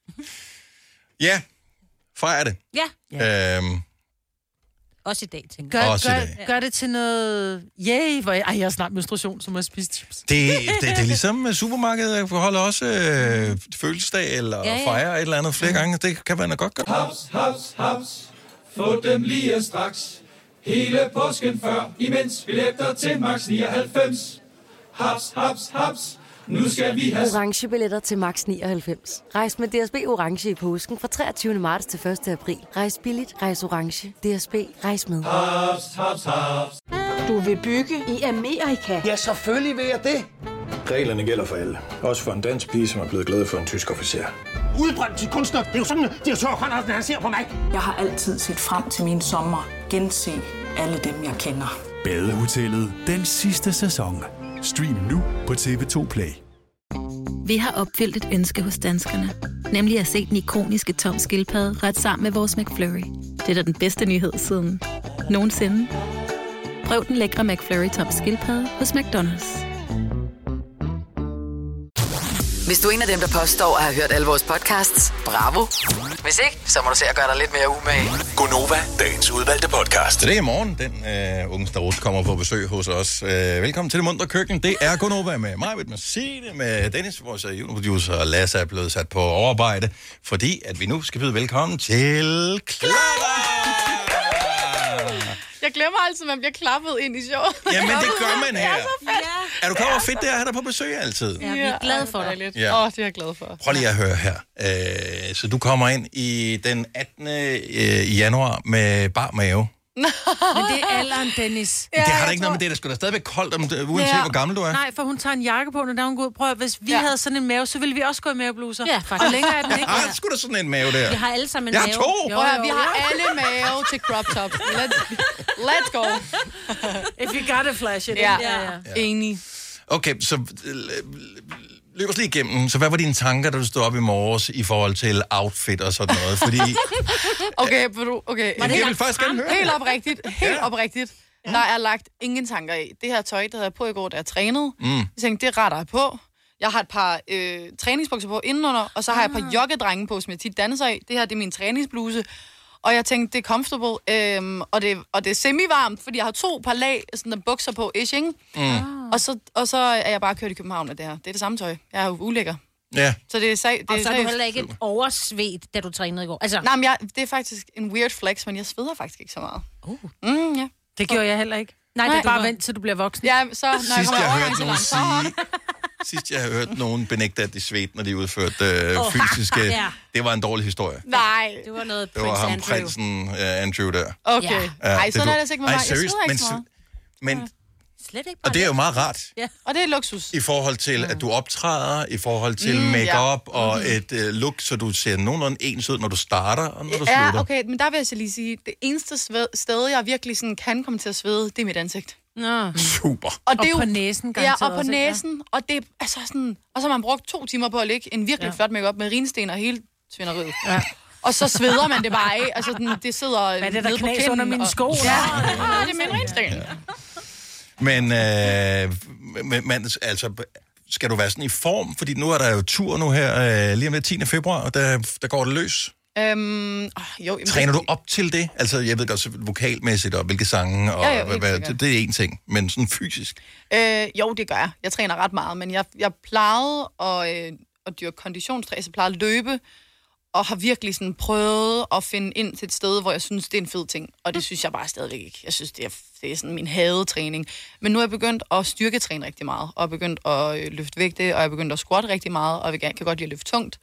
Ja, fejr det. Ja, Øhm, også i dag, tænker Gør, jeg. Også i dag. gør, gør det til noget... Yay, hvor jeg, ej, jeg har snart menstruation, så må jeg spise chips. det, det, det er ligesom med supermarkedet. Holder også øh, fødselsdag eller Ja, ja, ja. ja. fejre et eller andet flere gange. Det kan man da godt gøre. Haps, haps, haps. Få dem lige straks. Hele påsken før, imens billetter til max nioghalvfems. Haps, haps, haps. Nu skal vi have... Orange billetter til max nioghalvfems. Rejs med D S B Orange i påsken fra treogtyvende marts til første april. Rejs billigt, rejs orange. D S B, rejs med. Haps, haps, haps. Du vil bygge i Amerika? Ja, selvfølgelig vil jeg det. Reglerne gælder for alle. Også for en dansk pige, som er blevet glad for en tysk officer. Udbrændt til kunstner. Det er jo sådan, at direktør Conradsen, han ser på mig. Jeg har altid set frem til min sommer. Gense alle dem, jeg kender. Badehotellet den sidste sæson. Stream nu på T V to Play. Vi har opfyldt et ønske hos danskerne. Nemlig at se den ikoniske tom skildpadde ret sammen med vores McFlurry. Det er da den bedste nyhed siden nogensinde. Prøv den lækre McFlurry tom skildpadde hos McDonald's. Hvis du er en af dem, der påstår at have hørt alle vores podcasts, bravo. Hvis ikke, så må du se at gøre dig lidt mere umage. Gonova, dagens udvalgte podcast. Det er i morgen, den øh, unge starot kommer på besøg hos os. Øh, velkommen til Det Muntre Køkken. Det er Gonova med mig, med Signe, med Dennis, vores juniorproducer, og Lasse er blevet sat på overarbejde, fordi at vi nu skal byde velkommen til Clara! Jeg glemmer altid, at man bliver klappet ind i showet. Jamen, det gør man her. Det er så fedt. Er du klar over, hvor fedt det er at have dig på besøg altid? Ja, vi er glade for dig. Åh, Ja. oh, det er jeg glad for. Prøv lige at høre her. Øh, så du kommer ind i den attende Øh, januar med bar mave. Men det er alderen, Dennis. Ja, det har da ikke noget med det. Der skulle da stadigvæk koldt, om, uanset ja. hvor gammel du er. Nej, for hun tager en jakke på, når der hun går ud. Prøv at, hvis vi Ja. ja. havde sådan en mave, så ville vi også gå i mavebluser. Ja, faktisk. Og længere er den ikke. Ah, sgu da sådan en mave der. Vi har alle sammen en Jeg har mave. to. Prøv at høre, vi har alle mave til crop top. Let's, let's go. If you got a flash it. Ja, ja, ja. enig. Okay, så øh, løb os lige igennem. Så hvad var dine tanker, da du stod op i morges i forhold til outfit og sådan noget? Fordi Okay, vil du, okay. Jamen, jeg vil faktisk gerne høre Helt det. oprigtigt, helt Ja. oprigtigt. Der er lagt ingen tanker i. Det her tøj, det havde jeg på i går, da jeg trænede. Mm. Jeg tænkte, det retter jeg på. Jeg har et par øh, træningsbukser på indenunder, og så har jeg et par joggedrenge på, som jeg tit danser i. Det her, det er min træningsbluse. Og jeg tænkte, det er comfortable, øhm, og, det, og det er semi-varmt, fordi jeg har to par lag sådan der bukser på, ish, ikke? Mm. Og, så, og så er jeg bare kørt i København med det her. Det er det samme tøj. Jeg er jo ulækker. Ja. Så det er sag, det Og er så er du seriøst. heller ikke oversvedt, da du trænede i går. Altså, Nej, men jeg, det er faktisk en weird flex, men jeg sveder faktisk ikke så meget. Uh. Mm, ja. Det gjorde jeg heller ikke. Nej, Nej, det det er er bare du- vent, til du bliver voksen. Ja, så når jeg Sidst kommer jeg over hørte nogen så sige, sidst jeg har hørt nogen benægte, at de svedte, når de udførte øh, Åh, fysiske, ja. det var en dårlig historie. Nej. det var noget Det var Prince ham, Andrew. prinsen uh, Andrew der. Okay. Ja. Ja. Ej, sådan du- er det altså ikke med Ej, mig. Jeg seriøst, sveder ikke så men, meget. men, Slet ikke bare og det er jo meget rart. Ja. Og det er luksus. I forhold til, at du optræder, i forhold til Mm, make-up ja. og et uh, look, så du ser nogenlunde ens ud, når du starter og når du Ja, slutter. okay, men der vil jeg så lige sige, det eneste sved, sted, jeg virkelig sådan kan komme til at svede, det er mit ansigt. Nå. Super. Og, Og det er jo, på næsen, ja, garanteret og på også, ikke? næsen, og det er altså sådan, og så har man brugt to timer på at lægge en virkelig ja. flot make-up med rinsten og hele svineriet. Ja. Og så sveder man det bare af, altså den, det sidder Hvad er det, der nede på knas kinden, under mine og- sko? Ja, ah, det er min rinsten. Ja. Men, øh, men, men altså, skal du være sådan i form? Fordi nu er der jo tur nu her, øh, lige om det tiende februar, og der, der går det løs. Øhm, oh, jo, jamen, Træner du op til det? Altså, jeg ved godt, så vokalmæssigt, og hvilke sange, og Ja, jo, hvad, helt hvad, sikkert. det, det er en ting, men sådan fysisk. Øh, jo, det gør jeg. Jeg træner ret meget, men jeg, jeg plejede at, øh, at dyrke konditionstræ, så jeg plejede at løbe, og har virkelig sådan prøvet at finde ind til et sted, hvor jeg synes, det er en fed ting. Og det synes jeg bare stadigvæk ikke. Jeg synes, det er, det er sådan min hadetræning. Men nu er jeg begyndt at styrketræne rigtig meget, og er begyndt at øh, løfte vægte, og jeg er begyndt at squatte rigtig meget, og jeg kan godt lide at løfte tungt.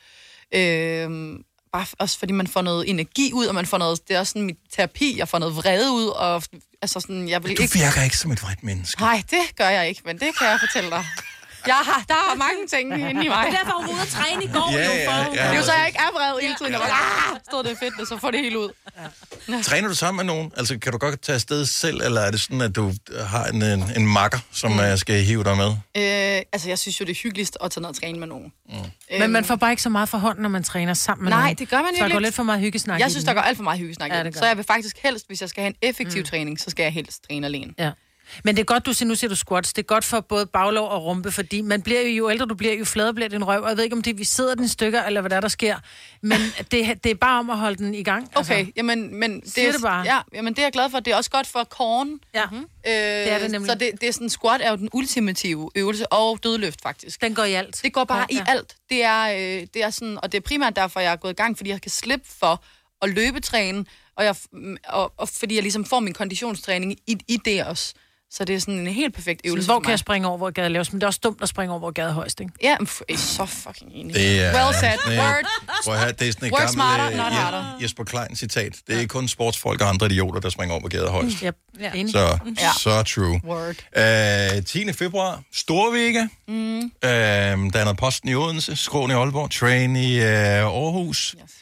Øh, bare også fordi man får noget energi ud, og man får noget, det er også sådan mit terapi, jeg får noget vrede ud, og altså sådan, jeg vil Du ikke... virker ikke som et vredt menneske. Nej, det gør jeg ikke, men det kan jeg fortælle dig. Jeg har, der er mange ting inde i mig. Det er derfor, hun var ude at træne i går. Ja, jo, ja, for- ja. Det er jo så, jeg ikke er vred hele tiden. Jeg bare, ah, stod det fedt, og så får det helt ud. Træner du sammen med nogen? Altså, kan du godt tage afsted selv, eller er det sådan, at du har en, en, en makker, som mm. skal hive dig med? Øh, altså, jeg synes jo, det er hyggeligst at tage ned og træne med nogen. Mm. Men man får bare ikke så meget for hånden, når man træner sammen med Nej, nogen. det gør man Så der virkelig går ikke. lidt for meget hyggesnak i Jeg synes, den, der går ikke? alt for meget hyggesnak Ja, i det den. gør. Så jeg vil faktisk helst, hvis jeg skal have en effektiv mm. træning, så skal jeg helst træne alene. Ja. Men det er godt, du siger, nu siger du squats. Det er godt for både baglov og rumpe, fordi man bliver jo, jo ældre du bliver, jo fladere bliver din røv. Og jeg ved ikke, om det vi sidder den i stykker, eller hvad der, er, der sker. Men det, det er bare om at holde den i gang. Okay, Altså. jamen, men det Siger er, det bare. Ja, jamen, det er jeg glad for. Det er også godt for korn. Ja, øh, det er det nemlig. Så det, det er sådan, squat er jo den ultimative øvelse, og dødløft faktisk. Den går i alt. Det går bare Ja, i ja. alt. Det er, øh, det er sådan, og det er primært derfor, jeg er gået i gang, fordi jeg kan slippe for at løbetræne, og, jeg, og, og fordi jeg ligesom får min konditionstræning i, i det også. Så det er sådan en helt perfekt øvelse Hvor for kan mig. jeg springe over, hvor jeg gad laves? Men det er også dumt at springe over, hvor jeg gad højst, ikke? Ja, men f- jeg er så fucking enig. Det er, Well said. det, Word. Prøv at høre, det er sådan et Work smarter, not gammelt harder. uh, Jesper Klein citat. Det er kun sportsfolk og andre idioter, der springer over på gader højst. Yep. Ja. Enig. Så, Ja. så true. Word. Uh, tiende februar, Storvega. Mm. Uh, der er noget Posten i Odense, Skråen i Aalborg, Train i uh, Aarhus. Yes.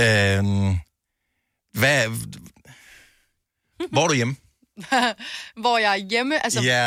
Uh, hvad... Hvor er du hjemme? Hvor jeg er hjemme, altså... Ja.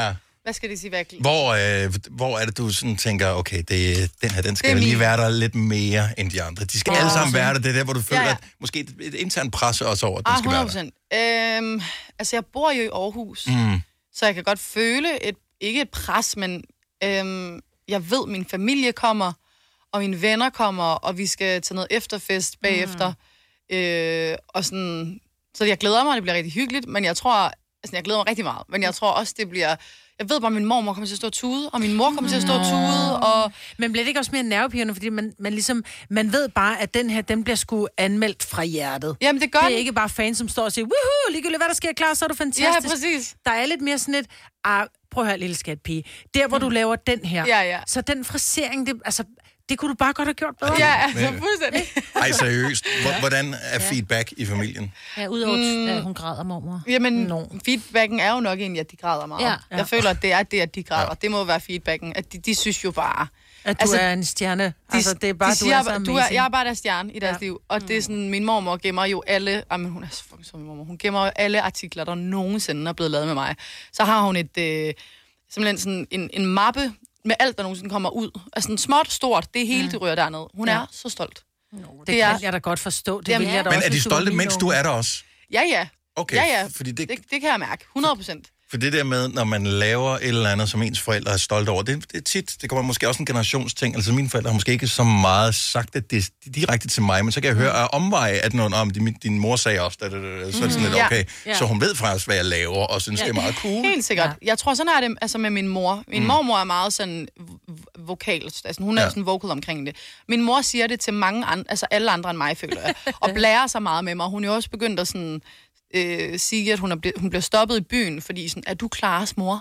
Hvad skal det sige? Hvad Hvor, øh, hvor er det, du sådan tænker, okay, det, den her, den skal Det er lige min. være der lidt mere end de andre. De skal Ja. alle sammen være der. Det er der, hvor du føler, Ja, ja. at måske et, et internt pres også over, at den Ah, skal være hundrede der. procent. Øhm, altså, jeg bor jo i Aarhus, Mm. så jeg kan godt føle, et, ikke et pres, men øhm, jeg ved, at min familie kommer, og mine venner kommer, og vi skal til noget efterfest bagefter. Mm. Øh, og sådan, så jeg glæder mig, det bliver rigtig hyggeligt, men jeg tror, altså jeg glæder mig rigtig meget, men jeg tror også, det bliver... Jeg ved bare, at min mormor kommer til at stå og tude, og min mor kommer til at stå og tude, og... Men bliver det ikke også mere nervepirrende, fordi man, man ligesom, man ved bare, at den her, den bliver sgu anmeldt fra hjertet. Jamen, det gør Det er den. ikke bare fans, som står og siger, woohoo, ligegyldigt hvad der sker, klar, så er du fantastisk. Ja, præcis. Der er lidt mere sådan et, ah, prøv at høre, lille skatpige, der hvor du laver den her, Ja, ja. så den frasering, det, altså, det kunne du bare godt have gjort bedre. Ja, altså, Men- fuldstændig. Ej, seriøst. Hvor- Hvordan er feedback i familien? Ja, udover, Mm. at hun græder, mormor. Jamen, no. feedbacken er jo nok egentlig, at de græder meget. Ja. Ja. Ja. Jeg føler, at det er det, at de græder. Ja. Det må være feedbacken. At de, de synes jo bare... At du altså, er en stjerne. De, altså, det er bare, de du siger, er så du amazing. er, jeg er bare deres stjerne i deres Ja. ja. liv. Og det er sådan, min mormor gemmer jo alle... Jamen, hun er så fucking som min mormor. Hun gemmer jo alle artikler, der nogensinde er blevet lavet med mig. Så har hun et... Øh, simpelthen sådan en, en mappe med alt, der nogensinde kommer ud. Altså sådan småt, stort. Det er hele, det rører dernede. Hun Ja. er så stolt. Det, det kan er, jeg da godt forstå. Det Jamen, vil jeg da Men også, er de hvis du var stolte, min mens du unge. er der også? Ja, ja. Okay, ja, ja. fordi det- det, det kan jeg mærke. hundrede procent. For det der med, når man laver et eller andet, som ens forældre er stolte over, det, det er tit, det kommer måske også en generationsting. Altså mine forældre har måske ikke så meget sagt det, det direkte til mig, men så kan jeg høre af omveje, at nogen om din, din mor sagde også, at, så er det sådan lidt Ja. okay. Ja. Så hun ved faktisk, hvad jeg laver, og synes, det er meget cool. Helt sikkert. Ja. Jeg tror, sådan er det altså med min mor. Min mm. mormor er meget sådan v- vokal. Altså, hun er Ja. sådan vocal omkring det. Min mor siger det til mange andre, altså alle andre end mig, føler jeg. Og blærer sig meget med mig. Hun er jo også begyndt at sådan... Øh, sige, at hun, er ble- hun bliver stoppet i byen, fordi sådan, er du Klares mor?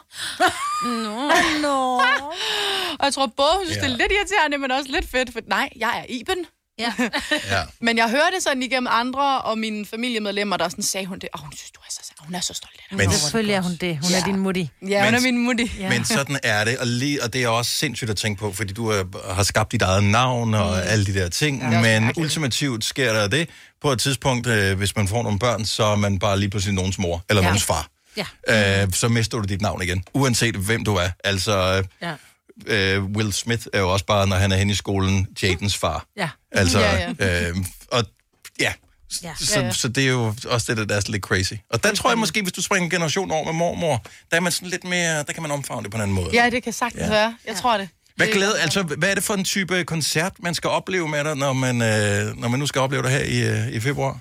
Nå, nå. Og jeg tror både, hun synes, Ja. det er lidt irriterende, men også lidt fedt, for nej, jeg er Iben. Ja. Ja. Men jeg hørte sådan igennem andre og mine familiemedlemmer, der sådan sagde hun det, og hun synes, du er så, hun er så stolt af dig. Men- Selvfølgelig er hun det. Hun Ja. er din mutti. Ja, hun Men- er min mutti. Ja. Men sådan er det, og, lige, og det er også sindssygt at tænke på, fordi du er, har skabt dit eget navn og mm. alle de der ting, Ja, det er men mærkeligt. ultimativt sker der det. På et tidspunkt, øh, hvis man får nogle børn, så er man bare lige pludselig nogens mor, eller Ja. nogens far. Ja. Øh, så mister du dit navn igen, uanset hvem du er. Altså, Ja. øh, Will Smith er jo også bare, når han er henne i skolen, Jadens far. Ja. Altså, Ja, Øh, og ja, Ja. så, Ja, ja. så det er jo også det, der er lidt crazy. Og der tror jeg måske, hvis du springer en generation over med mormor, der er man sådan lidt mere, der kan man omfavne det på en anden måde. Ja, det kan sagtens Ja. være. Jeg tror det. Hvad, Det- glæde, altså, hvad er det for en type koncert, man skal opleve med dig, når man, øh, når man nu skal opleve det her i, øh, i februar?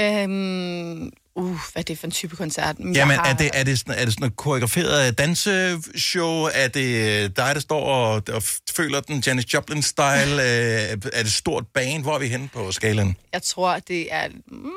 Øhm, uh, hvad er det for en type koncert? Jeg Jamen, har- er det, er, det sådan, er det sådan et koreograferet danseshow? Er det dig, der står og, og føler den Janis Joplin-style? Øh, er det stort band? Hvor er vi henne på skalaen? Jeg tror, det er... Mm,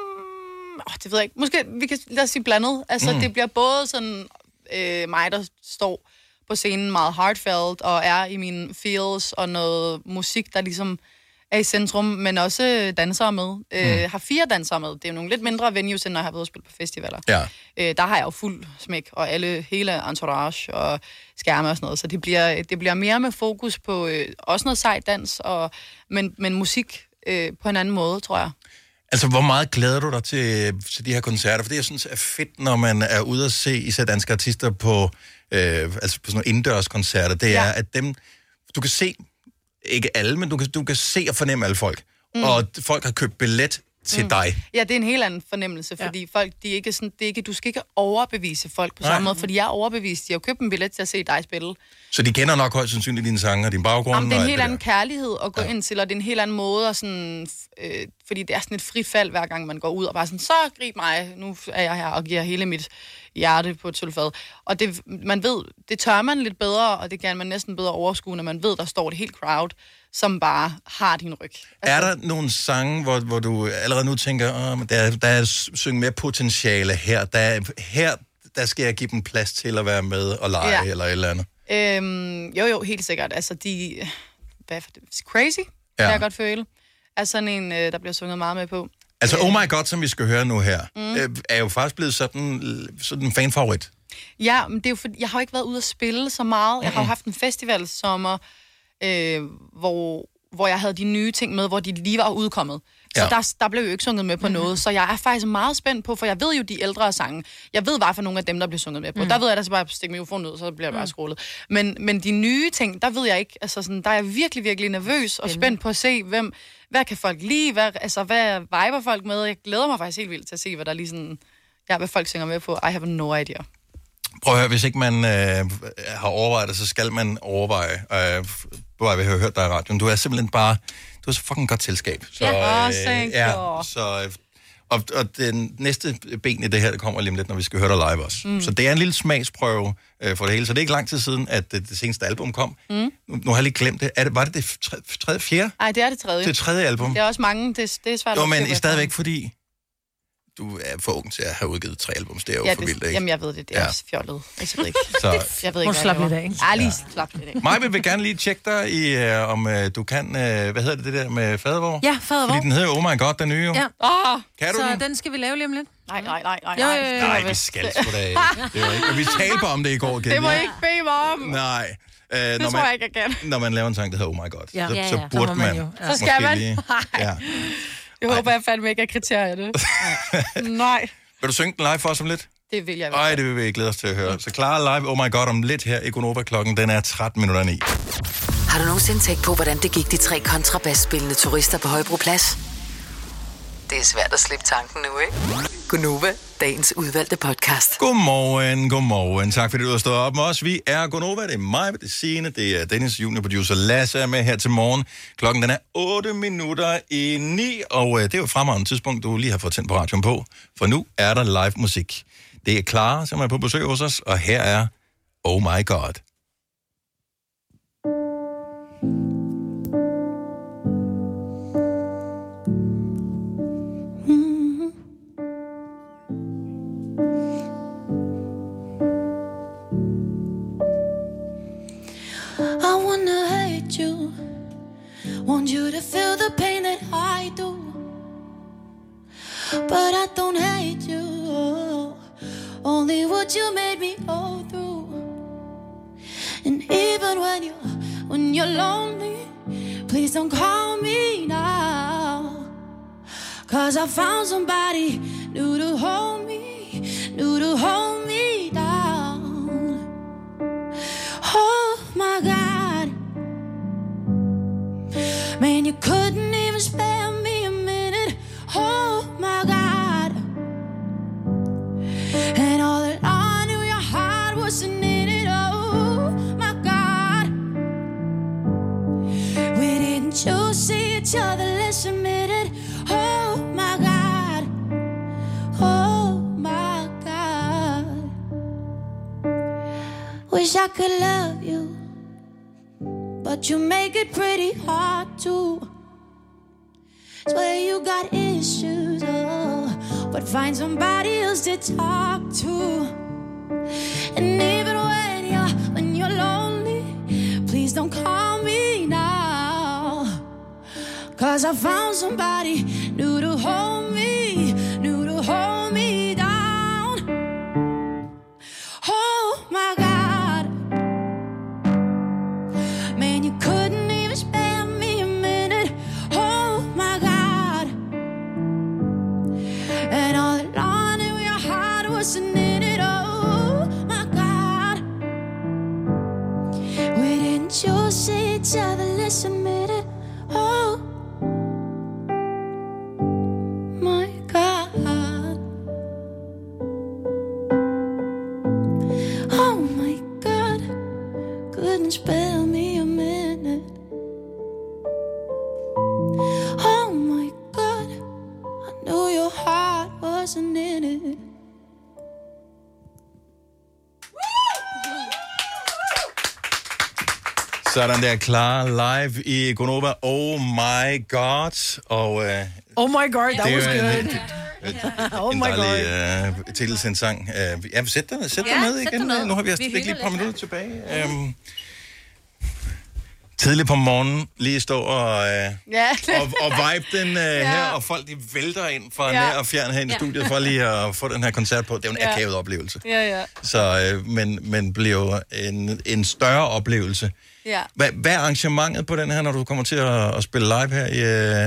åh, det ved jeg ikke. Måske, vi kan lad os sige blandet. Altså, Mm. mm. det bliver både sådan øh, mig, der står på scenen meget heartfelt, og er i mine feels, og noget musik, der ligesom er i centrum, men også dansere med. Mm. Øh, har fire dansere med. Det er jo nogle lidt mindre venues, end når jeg har været og spille på festivaler. Ja. Øh, der har jeg jo fuld smæk, og alle, hele entourage og skærme og sådan noget. Så det bliver, det bliver mere med fokus på øh, også noget sejt dans, og, men, men musik øh, på en anden måde, tror jeg. Altså, hvor meget glæder du dig til, til de her koncerter? For det, jeg synes er fedt, når man er ude at se især danske artister på, øh, altså på sådan nogle indendørskoncerter, det er, Ja. at dem, du kan se, ikke alle, men du kan, du kan se og fornemme alle folk. Mm. Mm. Og folk har købt billet til mm. dig. Ja, det er en helt anden fornemmelse, fordi ja. folk, de er ikke sådan, det er ikke, du skal ikke overbevise folk på Nej. samme måde, fordi jeg er overbevist. De har jo købt en billet til at se dig spille. Så de kender nok højst sandsynligt dine sange og din baggrund. Jamen, det er og en alt helt anden der. kærlighed at gå ja. ind til, og det er en helt anden måde, at sådan, øh, fordi det er sådan et frit fald, hver gang man går ud, og bare sådan, så grib mig, nu er jeg her og giver hele mit hjerte på et sølvfad. Og det, man ved, det tør man lidt bedre, og det kan man næsten bedre overskue, når man ved, der står et helt crowd, som bare har din ryg. Er der nogle sange, hvor, hvor du allerede nu tænker, Åh, men der, der er synge mere potentiale her, der, her der skal jeg give dem plads til at være med og lege, Ja. eller et eller andet? Øhm, jo, jo, helt sikkert. Altså, de... Hvad for det? Crazy, ja. Ja. kan jeg godt føle. Er sådan en, øh, der bliver sunget meget med på. Altså, Oh My God, som vi skal høre nu her, Mm. øh, er jo faktisk blevet sådan, sådan en fanfavorit. Ja, men det er jo fordi, jeg har jo ikke været ude at spille så meget. Jeg har jo haft en festivalsommer, øh, hvor, hvor jeg havde de nye ting med, hvor de lige var udkommet. Så Ja. der, der blev jo ikke sunget med på noget. Så jeg er faktisk meget spændt på, for jeg ved jo de ældre sange. Jeg ved bare for nogle af dem, der bliver sunget med på. Mm. Der ved jeg, at der så bare stikke mikrofonen ud, så bliver jeg bare scrollet. Men, men de nye ting, der ved jeg ikke. Altså sådan, der er jeg virkelig, virkelig nervøs og spændt på at se, hvem, hvad kan folk lide, hvad, altså, hvad viber folk med. Jeg glæder mig faktisk helt vildt til at se, hvad der lige sådan, ja, hvad folk synger med på. I have no idea. Prøv at høre, hvis ikke man øh, har overvejet det, så skal man overveje. Øh, på vej, vi har hørt dig i radioen. Du er simpelthen bare... Du er så fucking godt selskab. Så, Ja, øh, thank ja, you. så, øh, og, og den næste ben i det her, det kommer lige om lidt, når vi skal høre dig live også. Mm. Så det er en lille smagsprøve øh, for det hele. Så det er ikke lang tid siden, at det, det seneste album kom. Mm. Nu, nu har jeg lige glemt det. Er det var det det tredje, tredje fjerde? Nej, det er det tredje. Det tredje album. Det er også mange. Det, det er svært Jo, at men se, i stadigvæk, fordi du er for ung til at have udgivet tre albums. Det er jo ja, for det, vildt, ikke? Jamen, jeg ved det. Det er Ja. ja. også fjollet. Jeg ved ikke. Så- jeg ved Må ikke, slappe hvad lidt jeg af, ikke? Ja, lige slappe lidt af. Maja vil gerne lige tjekke dig i, øh, om øh, du kan, øh, hvad hedder det, det der med fadervor? Ja, fadervor. Fordi den hedder Oh My God, den nye jo. Ja. Oh, Kan du så den? den skal vi lave lige om lidt. Nej, nej, nej, nej. Jo, nej. jo, jo, jo. Nej, vi skal sgu da ikke. Det var ikke. Og vi talte om det i går. Det må I ikke bede mig om. Nej. Øh, Det når tror man, jeg ikke, jeg kan. Når man laver en sang, der hedder Oh My God, Ja. så, Ja, så ja. burde Så må man man, jo. Ja. Så skal måske man. lige... Ja. Jeg håber, jeg fandme ikke er kriterierne. Nej, Vil du synge den live for os om lidt? det vil jeg. Ej, det vil vi glæde os til at høre. Så klar live Oh My God om lidt her i Gonova. Klokken den er tretten minutter ni. Har du nogensinde tænkt på, hvordan det gik de tre kontrabasspillende turister på Højbroplads? Det er svært at slippe tanken nu, ikke? Gonova, dagens udvalgte podcast. Godmorgen, godmorgen. Tak fordi du har stået op med os. Vi er Gonova, det er mig, det er Signe, det er Dennis, juniorproducer Lasse er med her til morgen. Klokken den er otte minutter i ni, og øh, det er jo fremragende tidspunkt, du lige har fået tændt på radioen på, for nu er der live musik. Det er Clara, som er på besøg hos os, og her er Oh My God. I wanna hate you, want you to feel the pain that I do, but I don't hate you, only what you made me go through. And even when you when you're lonely, please don't call me now, 'cause I found somebody new to hold me, new to hold me down. Oh my God, man, you couldn't even spare me a minute. Oh my God, and all that I knew, your heart wasn't in it. Oh my God, we didn't choose to see each other, let's admit it. Oh my God, oh my God, wish I could love you, but you make it pretty hard to. Swear you got issues, oh, but find somebody else to talk to. And even when you're when you're lonely, please don't call me now, 'cause I found somebody new to hold me, new to hold me down. Oh my God, man, you couldn't even spare me a minute. Oh my God, and all that I knew, your heart wasn't in it. Oh my God, we didn't choose each other, let's admit it. Oh my God, oh my God, couldn't spare me a minute. Oh my God, I knew your heart wasn't in it. Sådan der, klar live i Gonova. Oh My God. Og øh, Oh my God, that det was er jo good. en, Oh en my God. dejlig uh, titelsendt sang. Uh, ja, sæt dig, sæt dig Ja, ned sæt igen. dig ned. Nu har vi Vi altså ikke lige hygger et par lidt. minutter tilbage. Um, tidligt på morgenen, lige stå og, uh, Ja. og, og vibe den uh, ja. her, og folk de vælter ind fra Ja. nær og fjern her i Ja. studiet for lige at få den her koncert på. Det er jo en Ja. akavet oplevelse. Ja, ja. Så, uh, men, men bliver en, en større oplevelse. Ja. Hvad, hvad er arrangementet på den her, når du kommer til at, at spille live her i, øh,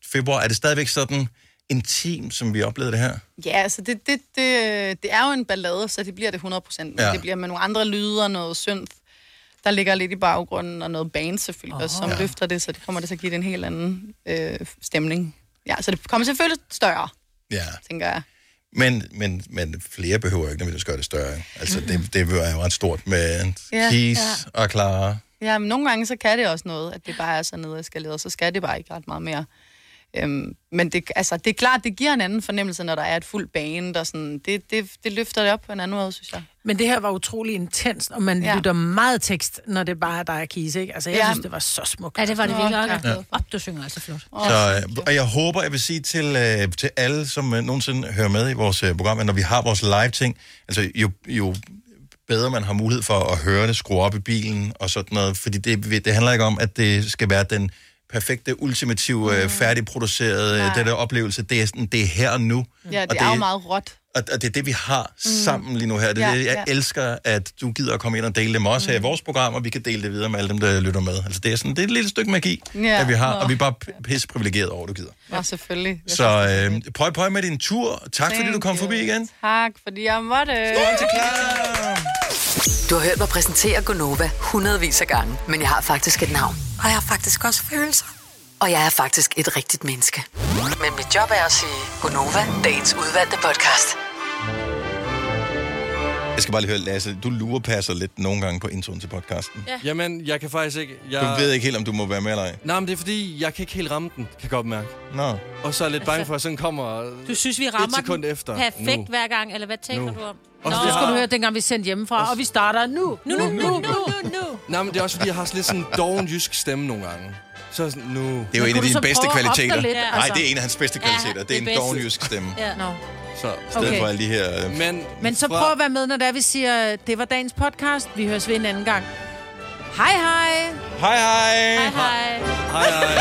februar. Er det stadigvæk sådan intim, som vi oplevede det her? Ja, altså det, det, det, det er jo en ballade, så det bliver det hundrede procent. Ja. Det bliver med nogle andre lyder, noget synth, der ligger lidt i baggrunden, og noget band selvfølgelig oh. også, som ja. løfter det, så det kommer det til at give det en helt anden øh, stemning. Ja, så det kommer selvfølgelig større, ja. tænker jeg. Men, men, men flere behøver ikke nødvendigvis gøre det større. Altså, det, det er jo ret stort med ja, Keys ja. og Clara. Ja, men nogle gange så kan det også noget, at det bare er så nedeskaleret, så skal det bare ikke ret meget mere. Øhm, men det, altså, det er klart, det giver en anden fornemmelse, når der er et fuldt bane, der sådan, det, det, det løfter det op på en anden måde, synes jeg. Men det her var utrolig intenst, og man ja. lytter meget tekst, når det bare er dig og Keys, ikke? Altså, jeg ja. synes, det var så smukt. Ja, det var det virkelig. Ja. Ja. Op, du synger altså flot. Så, og jeg håber, jeg vil sige til, øh, til alle, som øh, nogensinde hører med i vores øh, program, at når vi har vores live-ting, altså jo, jo bedre man har mulighed for at høre det, skrue op i bilen og sådan noget, fordi det, det handler ikke om, at det skal være den perfekte, ultimative, mm. færdigproducerede det der oplevelse. Det er, sådan, det er her og nu. Ja, det, og det er jo meget råt. Og, og det er det, vi har mm. sammen lige nu her. Det er ja, det, jeg ja. elsker, at du gider at komme ind og dele det med os mm. her i vores program, og vi kan dele det videre med alle dem, der lytter med. Altså, det er sådan, det er et lille stykke magi, ja, at vi har, nå. og vi er bare pisse privilegeret over, at du gider. Ja, selvfølgelig. Så øh, prøv, prøv med din tur. Tak, fordi du kom forbi igen. Tak, fordi jeg måtte. Skål til Clara. Du har hørt mig præsentere Gonova hundredvis af gange, men jeg har faktisk et navn. Og jeg har faktisk også følelser. Og jeg er faktisk et rigtigt menneske. Men mit job er at sige Gonova, dagens udvalgte podcast. Jeg skal bare lige høre, Lasse, du lurepasser lidt nogle gange på introen til podcasten. Ja. Jamen, jeg kan faktisk ikke... Jeg... Du ved ikke helt, om du må være med eller ej. Nej, men det er fordi, jeg kan ikke helt ramme den, kan jeg godt mærke. Nå. Og så er jeg lidt bange for, at sådan kommer du synes, vi rammer et sekund den efter. perfekt nu. hver gang, eller hvad tænker nu. du om? Nå, det skulle du høre, dengang vi sendte hjemmefra, også... og vi starter nu. Nu, nu, nu, nu, nu, nu. Nej, men det er også fordi, jeg har sådan lidt sådan en doven jysk stemme nogle gange. Så sådan, nu... Det er jo men en af dine bedste kvaliteter. Lidt, Nej, altså. det er en af hans bedste kvaliteter. Ja, det er det en doven jysk stemme. Ja. No. Så i stedet okay. for alle de her... Øh... Men, men så prøv at være med, når der vi siger, det var dagens podcast. Vi høres ved en anden gang. Hej hej. Hej hej. Hej hej. Hej hej.